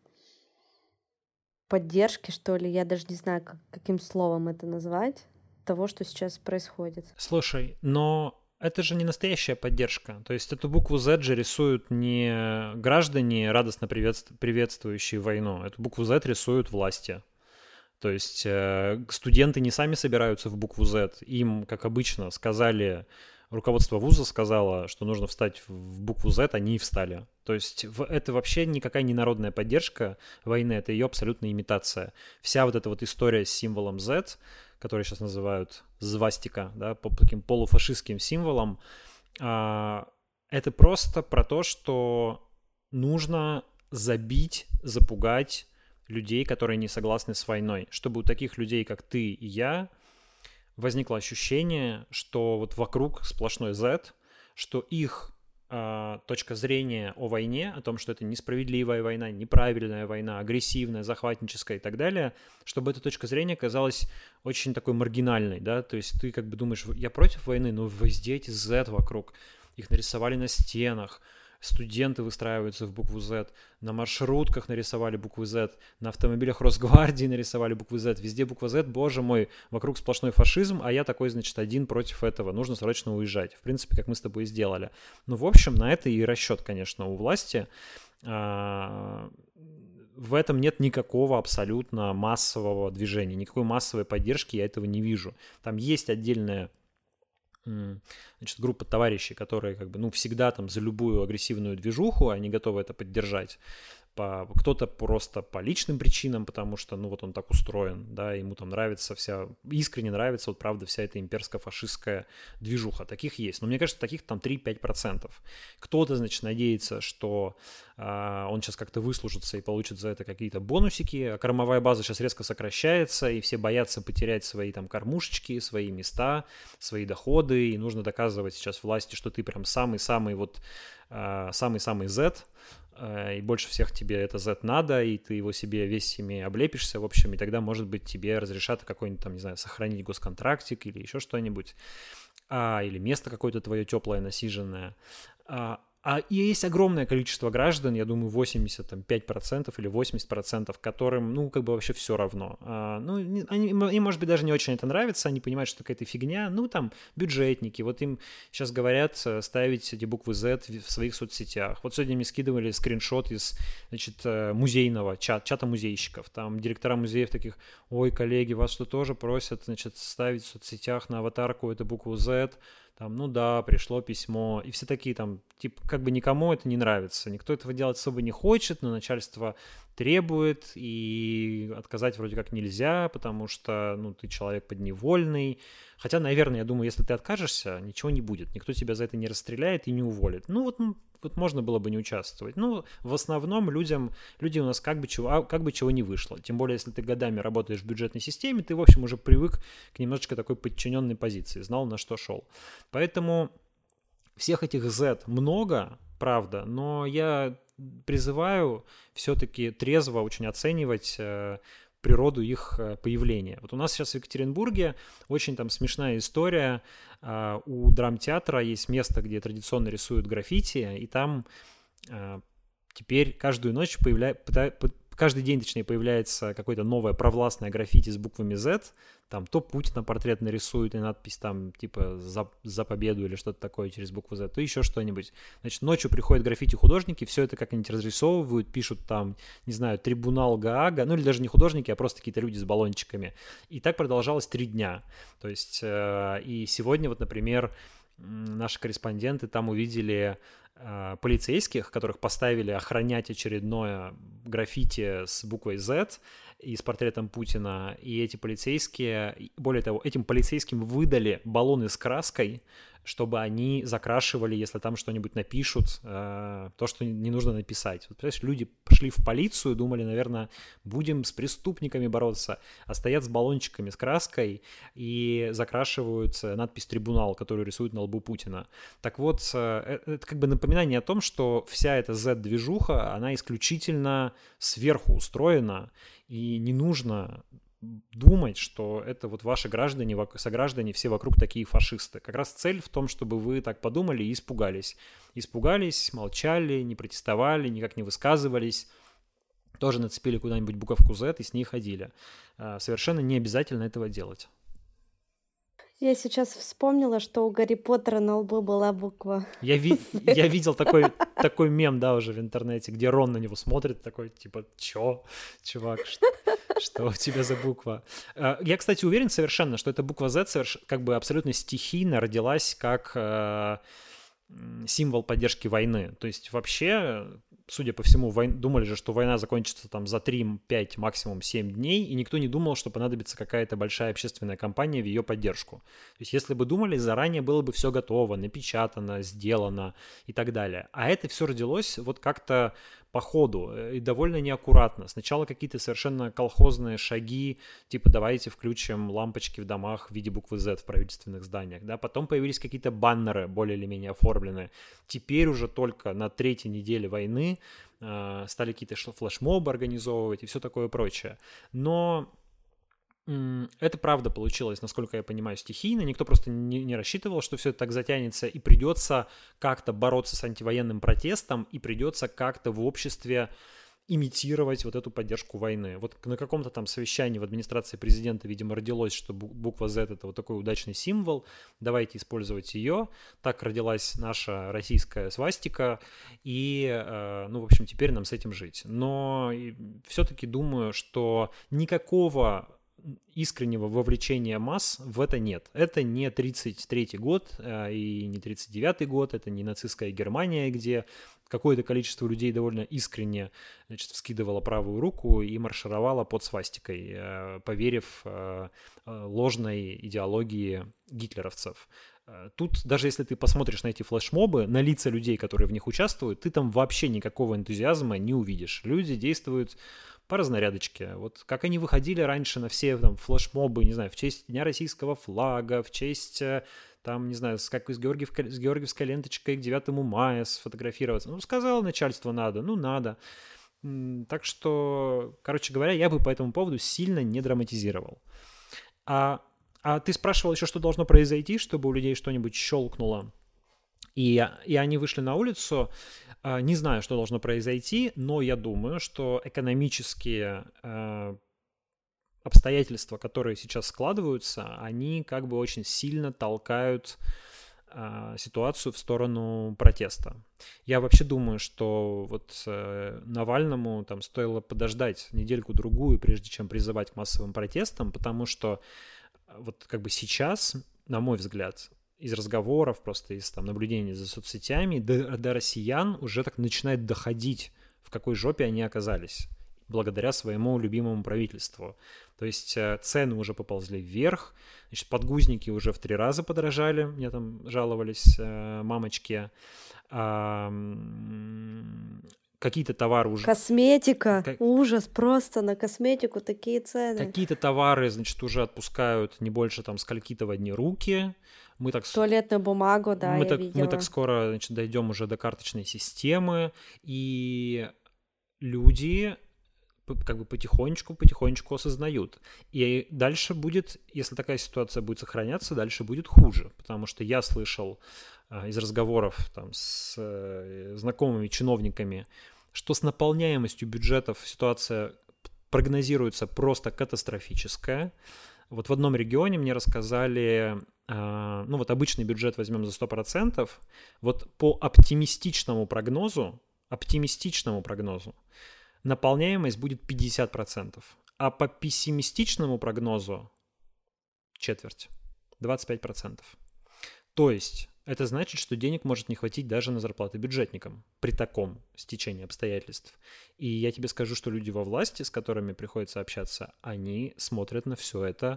поддержки, что ли. Я даже не знаю, как, каким словом это назвать, того, что сейчас происходит. Слушай, но это же не настоящая поддержка. То есть эту букву Z же рисуют не граждане, радостно приветствующие войну. Эту букву Z рисуют власти. То есть э, студенты не сами собираются в букву Z. Им, как обычно, сказали руководство вуза сказало, что нужно встать в букву Z, они и встали. То есть это вообще никакая не народная поддержка войны, это ее абсолютная имитация. Вся вот эта вот история с символом Z, который сейчас называют свастика, да, по таким полуфашистским символам, это просто про то, что нужно забить, запугать людей, которые не согласны с войной, чтобы у таких людей, как ты и я, возникло ощущение, что вот вокруг сплошной Z, что их э, точка зрения о войне, о том, что это несправедливая война, неправильная война, агрессивная, захватническая и так далее, чтобы эта точка зрения казалась очень такой маргинальной, да, то есть ты как бы думаешь, я против войны, но везде эти Z вокруг, их нарисовали на стенах, студенты выстраиваются в букву Z, на маршрутках нарисовали буквы Z, на автомобилях Росгвардии нарисовали буквы Z, везде буква Z, боже мой, вокруг сплошной фашизм, а я такой, значит, один против этого, нужно срочно уезжать. В принципе, как мы с тобой и сделали. Ну, в общем, на это и расчет, конечно, у власти. В этом нет никакого абсолютно массового движения, никакой массовой поддержки я этого не вижу. Там есть отдельная значит, группа товарищей, которые как бы, ну, всегда там за любую агрессивную движуху, они готовы это поддержать. По, кто-то просто по личным причинам, потому что, ну, вот он так устроен, да, ему там нравится вся, искренне нравится, вот правда, вся эта имперско-фашистская движуха. Таких есть. Но мне кажется, таких там три-пять процентов. Кто-то, значит, надеется, что э, он сейчас как-то выслужится и получит за это какие-то бонусики, а кормовая база сейчас резко сокращается, и все боятся потерять свои там кормушечки, свои места, свои доходы, и нужно доказывать сейчас власти, что ты прям самый-самый вот, э, самый-самый Z, и больше всех тебе это Z надо, и ты его себе весь ими облепишься, в общем, и тогда, может быть, тебе разрешат какой-нибудь там, не знаю, сохранить госконтрактик или еще что-нибудь, а, или место какое-то твое теплое, насиженное. А, а есть огромное количество граждан, я думаю, восемьдесят пять процентов или восемьдесят процентов, которым, ну, как бы вообще все равно. А, ну, они, им, может быть, даже не очень это нравится, они понимают, что какая-то фигня, ну, там, бюджетники, вот им сейчас говорят ставить эти буквы Z в своих соцсетях. Вот сегодня мне скидывали скриншот из, значит, музейного чата, чата музейщиков, там директора музеев таких, ой, коллеги, вас что, тоже просят, значит, ставить в соцсетях на аватарку эту букву Z, там, ну да, пришло письмо, и все такие там, типа, как бы никому это не нравится, никто этого делать особо не хочет, но начальство требует, и отказать вроде как нельзя, потому что, ну, ты человек подневольный, хотя, наверное, я думаю, если ты откажешься, ничего не будет, никто тебя за это не расстреляет и не уволит, ну, вот, ну, вот можно было бы не участвовать. Ну, в основном людям, люди у нас как бы, чего, как бы чего не вышло. Тем более, если ты годами работаешь в бюджетной системе, ты, в общем, уже привык к немножечко такой подчиненной позиции, знал, на что шел. Поэтому всех этих Z много, правда, но я призываю все-таки трезво очень оценивать э, природу их появления. Вот у нас сейчас в Екатеринбурге очень там смешная история. У драмтеатра есть место, где традиционно рисуют граффити, и там теперь каждую ночь появляется, каждый день, точнее, появляется какое-то новое провластное граффити с буквами Z, там то Путина портрет нарисует и надпись там типа «За, за победу» или что-то такое через букву Z, то еще что-нибудь. Значит, ночью приходят граффити-художники, все это как-нибудь разрисовывают, пишут там, не знаю, «Трибунал Гаага», ну или даже не художники, а просто какие-то люди с баллончиками. И так продолжалось три дня. То есть, э, и сегодня вот, например, наши корреспонденты там увидели э, полицейских, которых поставили охранять очередное граффити с буквой Z и с портретом Путина, и эти полицейские, более того, этим полицейским выдали баллоны с краской, чтобы они закрашивали, если там что-нибудь напишут, э, то, что не нужно написать. Вот, понимаешь, люди пошли в полицию, думали, наверное, будем с преступниками бороться, а стоят с баллончиками с краской и закрашивают надпись «Трибунал», которую рисуют на лбу Путина. Так вот, э, это как бы напоминание о том, что вся эта Z-движуха, она исключительно сверху устроена, и не нужно думать, что это вот ваши граждане, сограждане, все вокруг такие фашисты. Как раз цель в том, чтобы вы так подумали и испугались. Испугались, молчали, не протестовали, никак не высказывались, тоже нацепили куда-нибудь буковку Z и с ней ходили. Совершенно не обязательно этого делать. Я сейчас вспомнила, что у Гарри Поттера на лбу была буква. Я, ви- я видел такой, такой мем, да, уже в интернете, где Рон на него смотрит, такой, типа, чё, чувак, что, Что у тебя за буква? А, Я, кстати, уверен совершенно, что эта буква Z соверш- как бы абсолютно стихийно родилась как э, м, символ поддержки войны. То есть вообще, судя по всему, вой- думали же, что война закончится там за три, пять, максимум семь дней, и никто не думал, что понадобится какая-то большая общественная кампания в ее поддержку. То есть если бы думали, заранее было бы все готово, напечатано, сделано и так далее. А это все родилось вот как-то по ходу э, и довольно неаккуратно. Сначала какие-то совершенно колхозные шаги, типа давайте включим лампочки в домах в виде буквы Z в правительственных зданиях, да, потом появились какие-то баннеры более или менее оформленные. Теперь уже только на третьей неделе войны э, стали какие-то ш- флешмобы организовывать и все такое прочее. Но м, это правда получилось, насколько я понимаю, стихийно. Никто просто не, не рассчитывал, что все это так затянется, и придется как-то бороться с антивоенным протестом, и придется как-то в обществе имитировать вот эту поддержку войны. Вот на каком-то там совещании в администрации президента, видимо, родилось, что бу- буква Z — это вот такой удачный символ, давайте использовать ее. Так родилась наша российская свастика, и, э, ну, в общем, теперь нам с этим жить. Но все-таки думаю, что никакого искреннего вовлечения масс в это нет. Это не тридцать третий год э, и не тридцать девятый год, это не нацистская Германия, где какое-то количество людей довольно искренне, значит, вскидывало правую руку и маршировало под свастикой, э, поверив э, э, ложной идеологии гитлеровцев. Э, Тут, даже если ты посмотришь на эти флешмобы, на лица людей, которые в них участвуют, ты там вообще никакого энтузиазма не увидишь. Люди действуют по разнарядочке. Вот как они выходили раньше на все там флешмобы, не знаю, в честь Дня российского флага, в честь, э, там, не знаю, с, как с, Георгиев, с георгиевской ленточкой к девятому мая сфотографироваться. Ну, сказало начальство надо, ну, надо. М, Так что, короче говоря, я бы по этому поводу сильно не драматизировал. А, а ты спрашивал еще, что должно произойти, чтобы у людей что-нибудь щелкнуло, и, и они вышли на улицу. А, Не знаю, что должно произойти, но я думаю, что экономические э, обстоятельства, которые сейчас складываются, они как бы очень сильно толкают э, ситуацию в сторону протеста. Я вообще думаю, что вот э, Навальному там стоило подождать недельку-другую, прежде чем призывать к массовым протестам, потому что вот как бы сейчас, на мой взгляд, из разговоров, просто из там наблюдений за соцсетями, до, до россиян уже так начинает доходить, в какой жопе они оказались, благодаря своему любимому правительству. То есть э, цены уже поползли вверх, значит, подгузники уже в три раза подорожали, мне там жаловались э, мамочки. А, м, какие-то товары уже... Косметика, Как, ужас, просто на косметику такие цены. какие-то товары, значит, уже отпускают не больше там скольки-то в одни руки. Мы так, Туалетную бумагу, да, мы я так, мы так видела. скоро, значит, дойдем уже до карточной системы, и люди п- как бы потихонечку-потихонечку осознают. И дальше будет, если такая ситуация будет сохраняться, дальше будет хуже, потому что я слышал а, из разговоров там с э, знакомыми чиновниками, что с наполняемостью бюджетов ситуация прогнозируется просто катастрофическая. Вот в одном регионе мне рассказали, э, ну вот обычный бюджет возьмем за сто процентов, вот по оптимистичному прогнозу, оптимистичному прогнозу, наполняемость будет пятьдесят процентов, а по пессимистичному прогнозу четверть, двадцать пять процентов. То есть это значит, что денег может не хватить даже на зарплаты бюджетникам при таком стечении обстоятельств. И я тебе скажу, что люди во власти, с которыми приходится общаться, они смотрят на все это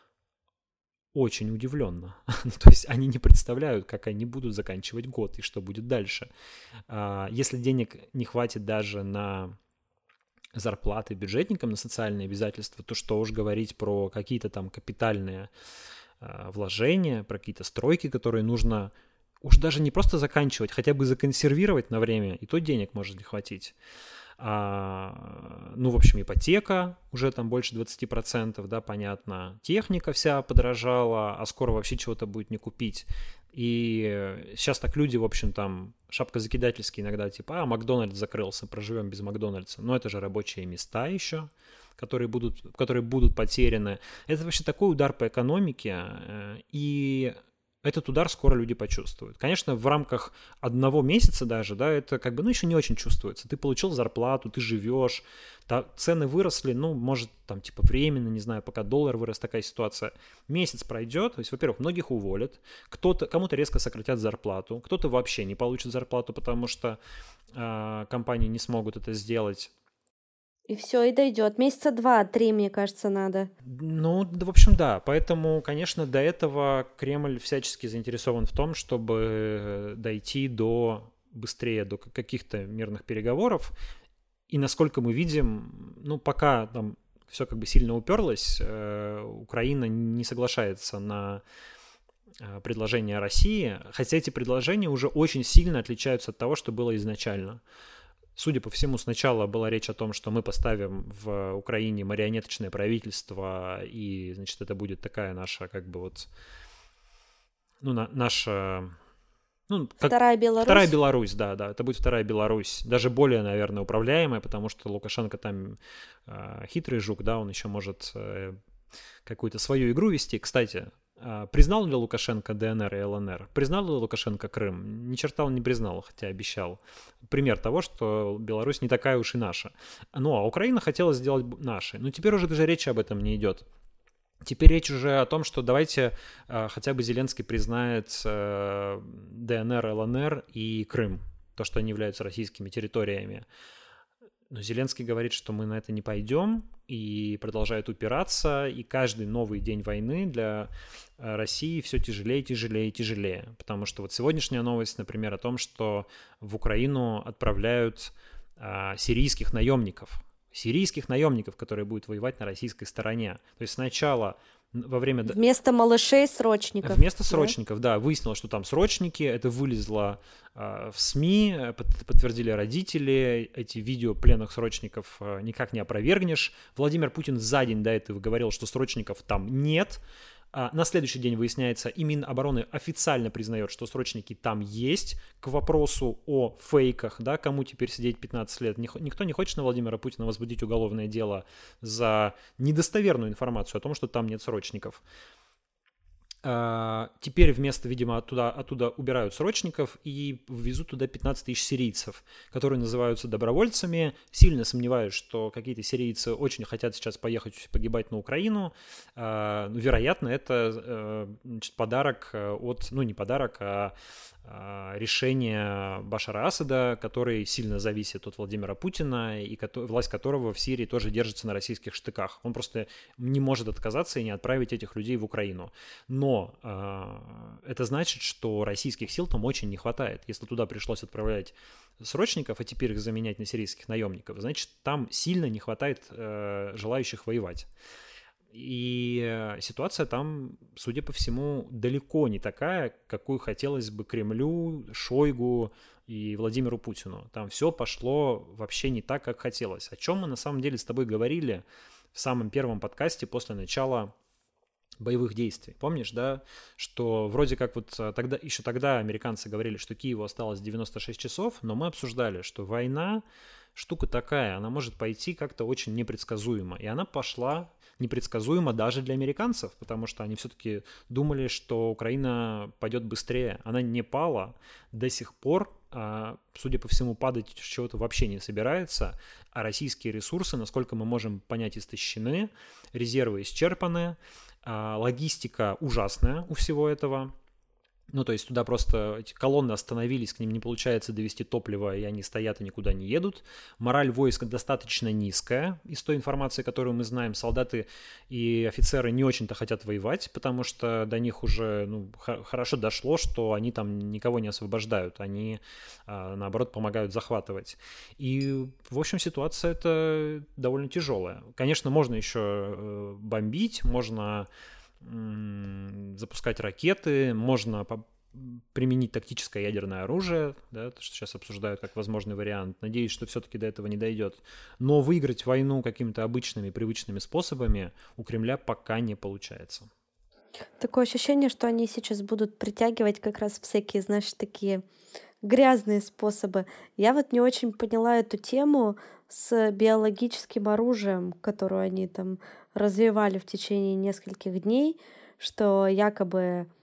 очень удивленно. То есть они не представляют, как они будут заканчивать год и что будет дальше. Если денег не хватит даже на зарплаты бюджетникам, на социальные обязательства, то что уж говорить про какие-то там капитальные вложения, про какие-то стройки, которые нужно уж даже не просто заканчивать, хотя бы законсервировать на время, и то денег может не хватить. А, ну, в общем, ипотека уже там больше двадцать процентов, да, понятно. Техника вся подорожала, а скоро вообще чего-то будет не купить. И сейчас так люди, в общем, там шапкозакидательские иногда, типа, а, Макдональдс закрылся, проживем без Макдональдса. Но это же рабочие места еще, которые будут, которые будут потеряны. Это вообще такой удар по экономике. И этот удар скоро люди почувствуют. Конечно, в рамках одного месяца даже, да, это как бы, ну, еще не очень чувствуется. Ты получил зарплату, ты живешь, та, цены выросли, ну, может, там, типа, временно, не знаю, пока доллар вырос, такая ситуация. Месяц пройдет, то есть, во-первых, многих уволят, кто-то, кому-то резко сократят зарплату, кто-то вообще не получит зарплату, потому что э, компании не смогут это сделать. И все, и дойдет. Месяца два-три, мне кажется, надо. Ну, да, в общем, да. Поэтому, конечно, до этого Кремль всячески заинтересован в том, чтобы дойти до быстрее до каких-то мирных переговоров. И насколько мы видим, ну, пока там все как бы сильно уперлось, э, Украина не соглашается на э, предложения России, хотя эти предложения уже очень сильно отличаются от того, что было изначально. Судя по всему, сначала была речь о том, что мы поставим в Украине марионеточное правительство, и, значит, это будет такая наша, как бы вот, ну, на, наша... Ну, как... Вторая Беларусь? Вторая Беларусь, да, да, это будет вторая Беларусь. Даже более, наверное, управляемая, потому что Лукашенко там э, хитрый жук, да, он еще может э, какую-то свою игру вести. Кстати, признал ли Лукашенко ДНР и ЛНР? Признал ли Лукашенко Крым? Ни черта он не признал, хотя обещал. Пример того, что Беларусь не такая уж и наша. Ну, а Украина хотела сделать нашей. Но теперь уже даже речи об этом не идет. Теперь речь уже о том, что давайте э, хотя бы Зеленский признает э, ДНР, ЛНР и Крым, то, что они являются российскими территориями. Но Зеленский говорит, что мы на это не пойдем, и продолжает упираться, и каждый новый день войны для России все тяжелее, тяжелее, тяжелее. Потому что вот сегодняшняя новость, например, о том, что в Украину отправляют а, сирийских наемников. Сирийских наемников, которые будут воевать на российской стороне. То есть сначала во время... Вместо малышей срочников. Вместо срочников, да, да выяснилось, что там срочники, это вылезло э, в СМИ, подтвердили родители, эти видео пленных срочников э, никак не опровергнешь. Владимир Путин за день до этого говорил, что срочников там нет. А на следующий день выясняется, и Минобороны официально признает, что срочники там есть. К вопросу о фейках, да, кому теперь сидеть пятнадцать лет. Никто не хочет на Владимира Путина возбудить уголовное дело за недостоверную информацию о том, что там нет срочников. Теперь вместо, видимо, оттуда, оттуда убирают срочников и ввезут туда пятнадцать тысяч сирийцев, которые называются добровольцами. Сильно сомневаюсь, что какие-то сирийцы очень хотят сейчас поехать погибать на Украину. Вероятно, это, значит, подарок от, ну не подарок, а решение Башара Асада, который сильно зависит от Владимира Путина, и власть которого в Сирии тоже держится на российских штыках. Он просто не может отказаться и не отправить этих людей в Украину. Но э, это значит, что российских сил там очень не хватает. Если туда пришлось отправлять срочников, а теперь их заменять на сирийских наемников, значит, там сильно не хватает э, желающих воевать. И ситуация там, судя по всему, далеко не такая, какую хотелось бы Кремлю, Шойгу и Владимиру Путину. Там все пошло вообще не так, как хотелось. О чем мы на самом деле с тобой говорили в самом первом подкасте после начала боевых действий. Помнишь, да, что вроде как вот тогда, еще тогда американцы говорили, что Киеву осталось девяносто шесть часов, но мы обсуждали, что война штука такая, она может пойти как-то очень непредсказуемо. И она пошла непредсказуемо даже для американцев, потому что они все-таки думали, что Украина пойдет быстрее. Она не пала до сих пор, судя по всему, падать с чего-то вообще не собирается, а российские ресурсы, насколько мы можем понять, истощены, резервы исчерпаны, логистика ужасная у всего этого. Ну, то есть туда просто эти колонны остановились, к ним не получается довести топливо, и они стоят и никуда не едут. Мораль войска достаточно низкая, из той информации, которую мы знаем. Солдаты и офицеры не очень-то хотят воевать, потому что до них уже ну, х- хорошо дошло, что они там никого не освобождают, они, а, наоборот, помогают захватывать. И, в общем, ситуация эта довольно тяжелая. Конечно, можно еще бомбить, можно запускать ракеты, можно по- применить тактическое ядерное оружие, да, то, что сейчас обсуждают как возможный вариант. Надеюсь, что все-таки до этого не дойдет. Но выиграть войну какими-то обычными, привычными способами у Кремля пока не получается. Такое ощущение, что они сейчас будут притягивать как раз всякие, знаешь, такие грязные способы. Я вот не очень поняла эту тему с биологическим оружием, которую они там развивали в течение нескольких дней, что якобы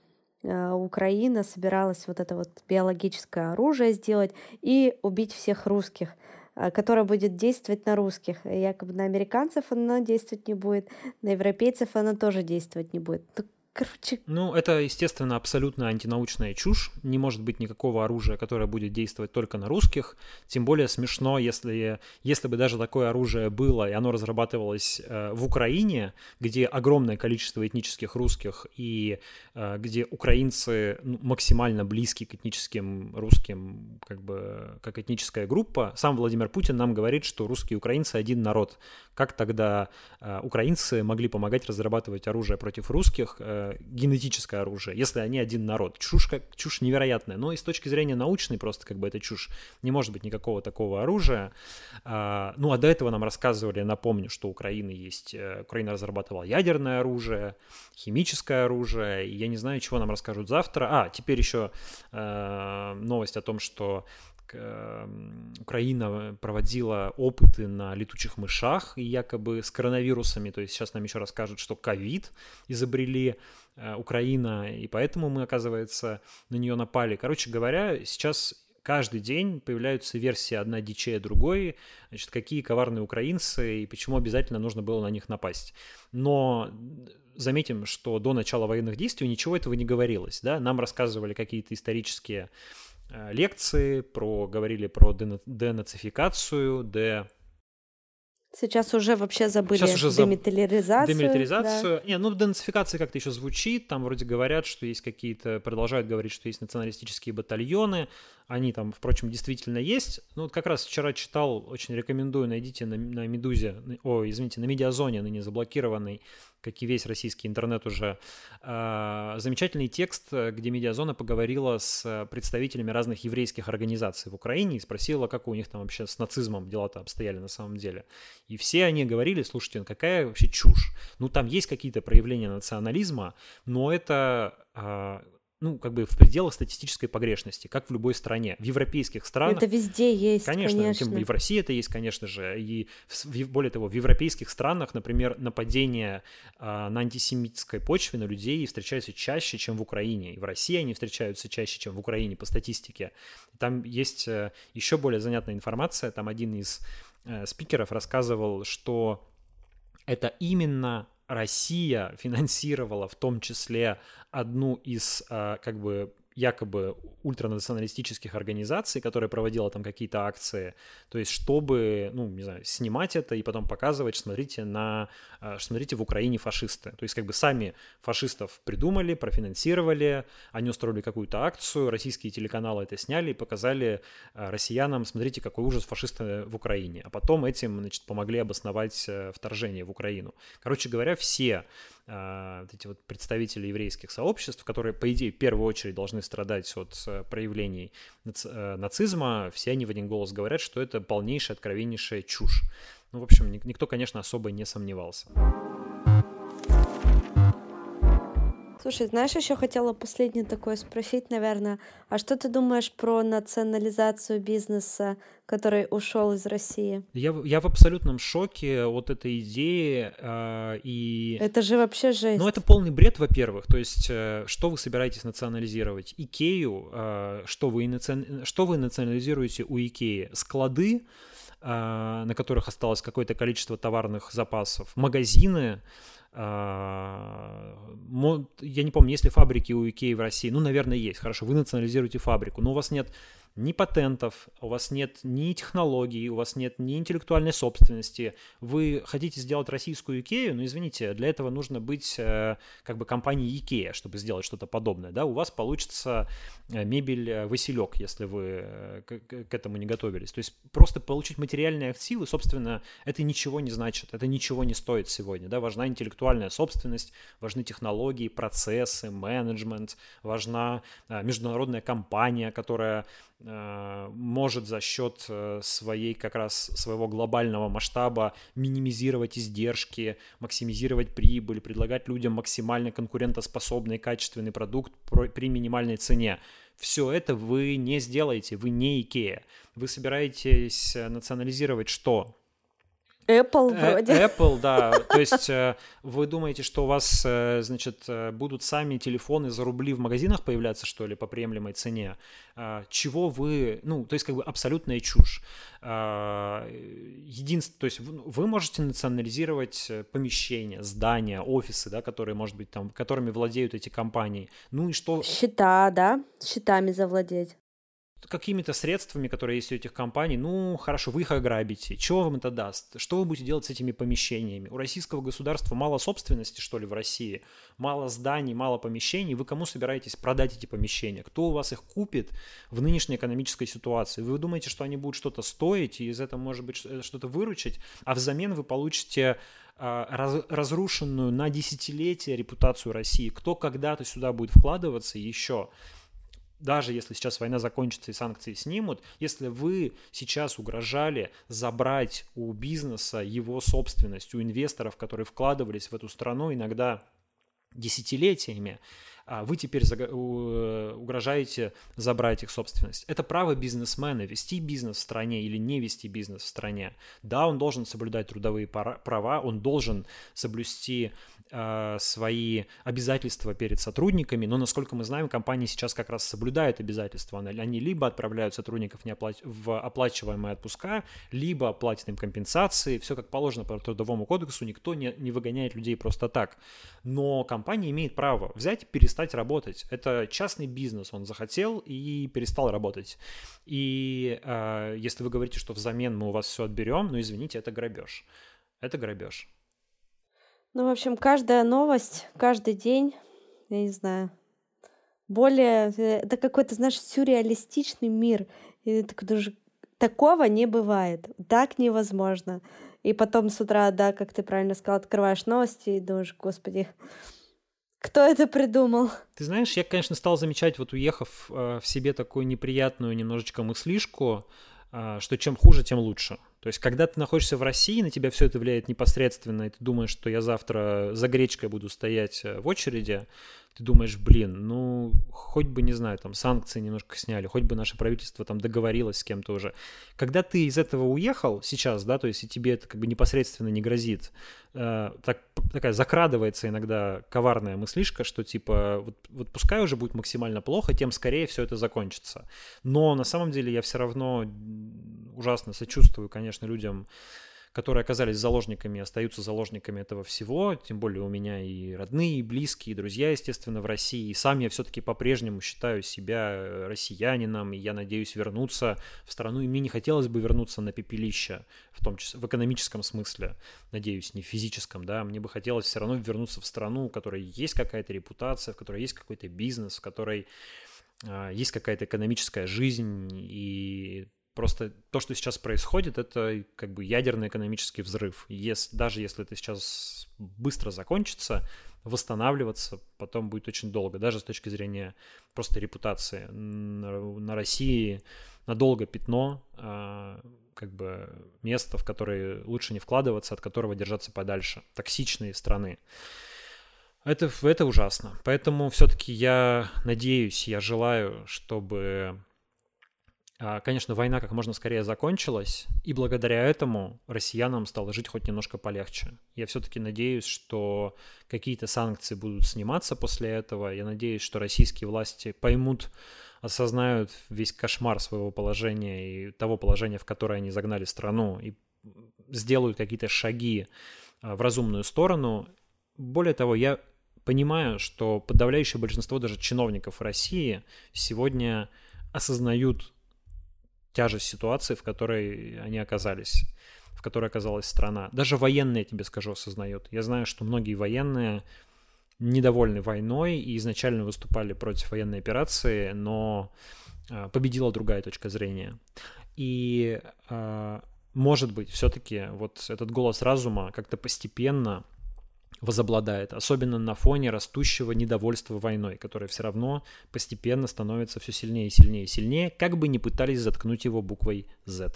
Украина собиралась вот это вот биологическое оружие сделать и убить всех русских, которое будет действовать на русских. Якобы на американцев оно действовать не будет, на европейцев оно тоже действовать не будет. Короче... Ну, это, естественно, абсолютно антинаучная чушь. Не может быть никакого оружия, которое будет действовать только на русских. Тем более смешно, если, если бы даже такое оружие было, и оно разрабатывалось э, в Украине, где огромное количество этнических русских, и э, где украинцы ну, максимально близки к этническим русским, как бы, как этническая группа. Сам Владимир Путин нам говорит, что русские и украинцы один народ. Как тогда э, украинцы могли помогать разрабатывать оружие против русских, э, генетическое оружие, если они один народ? Чушь, как, чушь невероятная. Но и с точки зрения научной просто как бы это чушь. Не может быть никакого такого оружия. А, ну, а до этого нам рассказывали, напомню, что у Украины есть... Украина разрабатывала ядерное оружие, химическое оружие, и я не знаю, чего нам расскажут завтра. А, теперь еще э, новость о том, что Украина проводила опыты на летучих мышах и якобы с коронавирусами, то есть сейчас нам еще расскажут, что ковид изобрели э, Украина, и поэтому мы, оказывается, на нее напали. Короче говоря, сейчас каждый день появляются версии одна дичее другой, значит, какие коварные украинцы и почему обязательно нужно было на них напасть. Но заметим, что до начала военных действий ничего этого не говорилось, да, нам рассказывали какие-то исторические лекции, про, говорили про денацификацию, де... Сейчас уже вообще забыли уже демилитаризацию. Демилитаризацию. Да. Не, ну денацификация как-то еще звучит, там вроде говорят, что есть какие-то, продолжают говорить, что есть националистические батальоны, они там, впрочем, действительно есть. Ну вот как раз вчера читал, очень рекомендую, найдите на, на Медузе, ой, извините, на Медиазоне, ныне заблокированный, как и весь российский интернет уже, э, замечательный текст, где Медиазона поговорила с представителями разных еврейских организаций в Украине и спросила, как у них там вообще с нацизмом дела-то обстояли на самом деле. И все они говорили, слушайте, ну какая вообще чушь. Ну там есть какие-то проявления национализма, но это... Э, ну, как бы в пределах статистической погрешности, как в любой стране. В европейских странах... Это везде есть, конечно. конечно. Тем, и в России это есть, конечно же. И, в, более того, в европейских странах, например, нападения а, на антисемитской почве на людей встречаются чаще, чем в Украине. И в России они встречаются чаще, чем в Украине, по статистике. Там есть а, еще более занятная информация. Там один из а, спикеров рассказывал, что это именно... Россия финансировала в том числе одну из, как бы, якобы ультранационалистических организаций, которая проводила там какие-то акции, то есть чтобы, ну, не знаю, снимать это и потом показывать, смотрите, на, смотрите, в Украине фашисты. То есть как бы сами фашистов придумали, профинансировали, они устроили какую-то акцию, российские телеканалы это сняли и показали россиянам, смотрите, какой ужас фашисты в Украине. А потом этим, значит, помогли обосновать вторжение в Украину. Короче говоря, все вот эти вот представители еврейских сообществ, которые, по идее, в первую очередь должны страдать от проявлений наци- нацизма, все они в один голос говорят, что это полнейшая, откровеннейшая чушь. Ну, в общем, никто, конечно, особо не сомневался. Слушай, знаешь, еще хотела последнее такое спросить, наверное. А что ты думаешь про национализацию бизнеса, который ушел из России? Я, я в абсолютном шоке от этой идеи. Э, и... Это же вообще жесть. Ну, это полный бред, во-первых. То есть, э, что вы собираетесь национализировать? Икею, э, что, вы наци... что вы национализируете у Икеи? Склады, э, на которых осталось какое-то количество товарных запасов, магазины. Я не помню, есть ли фабрики у Икеи в России. Ну, наверное, есть. Хорошо, вы национализируете фабрику, но у вас нет ни патентов, у вас нет ни технологий, у вас нет ни интеллектуальной собственности. Вы хотите сделать российскую Икею, но, извините, для этого нужно быть как бы компанией Икея, чтобы сделать что-то подобное. Да? У вас получится мебель Василек, если вы к, к этому не готовились. То есть просто получить материальные активы, собственно, это ничего не значит, это ничего не стоит сегодня. Да? Важна интеллектуальная собственность, важны технологии, процессы, менеджмент, важна международная компания, которая может за счет своей, как раз своего глобального масштаба минимизировать издержки, максимизировать прибыль, предлагать людям максимально конкурентоспособный качественный продукт при минимальной цене. Все это вы не сделаете, вы не Икея. Вы собираетесь национализировать что? Apple Э, вроде. Apple, да. То есть э, вы думаете, что у вас, э, значит, э, будут сами телефоны за рубли в магазинах появляться, что ли, по приемлемой цене? А, чего вы... Ну, то есть как бы абсолютная чушь. А, единственное, то есть вы вы можете национализировать э, помещения, здания, офисы, да, которые, может быть, там, которыми владеют эти компании. Ну и что, Счета, да? Счетами завладеть. какими-то средствами, которые есть у этих компаний, ну, хорошо, вы их ограбите. Чего вам это даст? Что вы будете делать с этими помещениями? У российского государства мало собственности, что ли, в России? Мало зданий, мало помещений. Вы кому собираетесь продать эти помещения? Кто у вас их купит в нынешней экономической ситуации? Вы думаете, что они будут что-то стоить, и из этого, может быть, что-то выручить, а взамен вы получите а, раз, разрушенную на десятилетия репутацию России? Кто когда-то сюда будет вкладываться еще? Даже если сейчас война закончится и санкции снимут, если вы сейчас угрожали забрать у бизнеса его собственность, у инвесторов, которые вкладывались в эту страну иногда десятилетиями, а вы теперь угрожаете забрать их собственность. Это право бизнесмена вести бизнес в стране или не вести бизнес в стране. Да, он должен соблюдать трудовые права, он должен соблюсти э, свои обязательства перед сотрудниками, но, насколько мы знаем, компании сейчас как раз соблюдают обязательства. Они либо отправляют сотрудников в оплачиваемые отпуска, либо платят им компенсации. Все как положено по трудовому кодексу, никто не, не выгоняет людей просто так. Но компания имеет право взять и перестать работать. Это частный бизнес, он захотел и перестал работать. И э, если вы говорите, что взамен мы у вас все отберем, ну извините, это грабеж. Это грабеж. Ну, в общем, каждая новость, каждый день, я не знаю, более... Это какой-то, знаешь, сюрреалистичный мир. И ты такой думаешь, такого не бывает. Так невозможно. И потом с утра, да, как ты правильно сказал, открываешь новости и думаешь, господи, кто это придумал? Ты знаешь, я, конечно, стал замечать, вот уехав э, в себе такую неприятную немножечко мыслишку, э, что чем хуже, тем лучше. То есть, когда ты находишься в России, на тебя все это влияет непосредственно, и ты думаешь, что я завтра за гречкой буду стоять в очереди, ты думаешь, блин, ну, хоть бы, не знаю, там, санкции немножко сняли, хоть бы наше правительство там договорилось с кем-то уже. Когда ты из этого уехал сейчас, да, то есть и тебе это как бы непосредственно не грозит, э, так, такая закрадывается иногда коварная мыслишка, что типа, вот, вот пускай уже будет максимально плохо, тем скорее все это закончится. Но на самом деле я все равно ужасно сочувствую, конечно, людям, которые оказались заложниками, остаются заложниками этого всего, тем более у меня и родные, и близкие, и друзья, естественно, в России, и сам я все-таки по-прежнему считаю себя россиянином, и я надеюсь вернуться в страну, и мне не хотелось бы вернуться на пепелище, в том числе в экономическом смысле, надеюсь, не в физическом, да, мне бы хотелось все равно вернуться в страну, у которой есть какая-то репутация, в которой есть какой-то бизнес, в которой э, есть какая-то экономическая жизнь, и просто то, что сейчас происходит, это как бы ядерный экономический взрыв. Если, даже если это сейчас быстро закончится, восстанавливаться потом будет очень долго, даже с точки зрения просто репутации. На, на России надолго пятно, э, как бы место, в которое лучше не вкладываться, от которого держаться подальше. Токсичные страны. Это, это ужасно. Поэтому все-таки я надеюсь, я желаю, чтобы... Конечно, война как можно скорее закончилась, и благодаря этому россиянам стало жить хоть немножко полегче. Я все-таки надеюсь, что какие-то санкции будут сниматься после этого. Я надеюсь, что российские власти поймут, осознают весь кошмар своего положения и того положения, в которое они загнали страну, и сделают какие-то шаги в разумную сторону. Более того, я понимаю, что подавляющее большинство даже чиновников России сегодня осознают тяжесть ситуации, в которой они оказались, в которой оказалась страна. Даже военные, я тебе скажу, осознают. Я знаю, что многие военные недовольны войной и изначально выступали против военной операции, но победила другая точка зрения. И, может быть, все-таки вот этот голос разума как-то постепенно возобладает, особенно на фоне растущего недовольства войной, которое все равно постепенно становится все сильнее и сильнее и сильнее, как бы ни пытались заткнуть его буквой Z.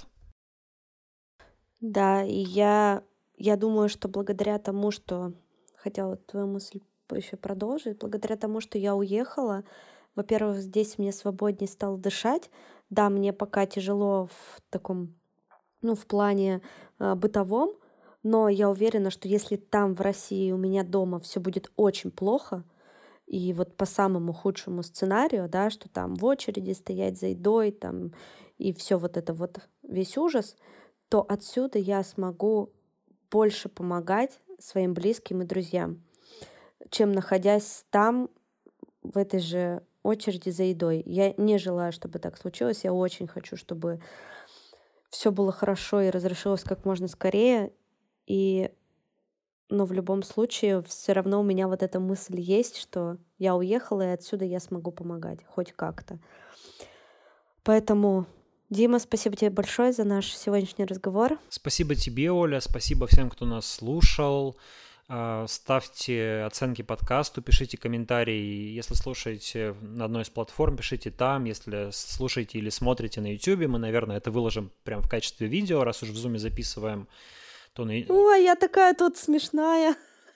Да, и я, я думаю, что благодаря тому, что... Хотела твою мысль еще продолжить. Благодаря тому, что я уехала, во-первых, здесь мне свободнее стало дышать. Да, мне пока тяжело в таком, ну, в плане э, бытовом, Но я уверена, что если там, в России, у меня дома все будет очень плохо, и вот по самому худшему сценарию, да, что там в очереди стоять за едой, там, и все вот это вот, весь ужас, то отсюда я смогу больше помогать своим близким и друзьям, чем находясь там, в этой же очереди за едой. Я не желаю, чтобы так случилось. Я очень хочу, чтобы все было хорошо и разрешилось как можно скорее. И, но в любом случае, все равно у меня вот эта мысль есть, что я уехала, и отсюда я смогу помогать хоть как-то. Поэтому, Дима, спасибо тебе большое за наш сегодняшний разговор. Спасибо тебе, Оля, спасибо всем, кто нас слушал. Ставьте оценки подкасту, пишите комментарии. Если слушаете на одной из платформ, пишите там. Если слушаете или смотрите на YouTube, мы, наверное, это выложим прямо в качестве видео, раз уж в Zoom записываем. То на... Ой, я такая тут смешная.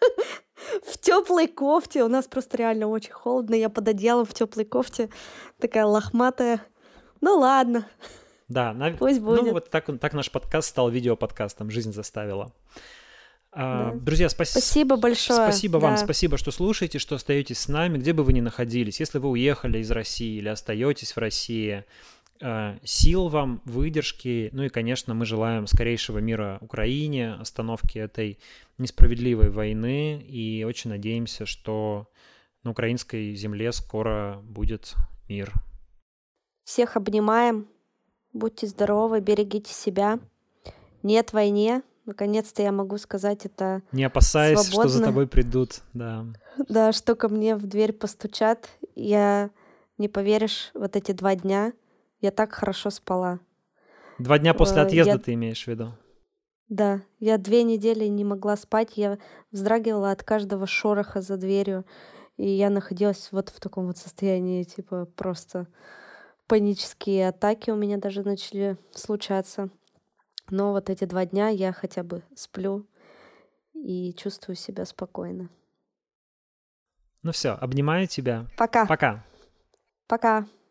В теплой кофте. У нас просто реально очень холодно. Я под одеялом в теплой кофте. Такая лохматая. Ну ладно. Да, на... Пусть будет. Ну вот так, так наш подкаст стал видеоподкастом. Жизнь заставила. Да. Друзья, спас... спасибо большое. Спасибо да. вам, спасибо, что слушаете, что остаетесь с нами, где бы вы ни находились. Если вы уехали из России или остаетесь в России, сил вам, выдержки. Ну и, конечно, мы желаем скорейшего мира Украине, остановки этой несправедливой войны, и очень надеемся, что на украинской земле скоро будет мир. Всех обнимаем. Будьте здоровы, берегите себя. Нет войне. Наконец-то я могу сказать это Не опасаясь, свободно. что за тобой придут. Да. Да, что ко мне в дверь постучат. Я, не поверишь, вот эти два дня я так хорошо спала. Два дня после отъезда я... ты имеешь в виду? Да, я две недели не могла спать. Я вздрагивала от каждого шороха за дверью. И я находилась вот в таком вот состоянии, типа просто панические атаки у меня даже начали случаться. Но вот эти два дня я хотя бы сплю и чувствую себя спокойно. Ну все, обнимаю тебя. Пока. Пока. Пока.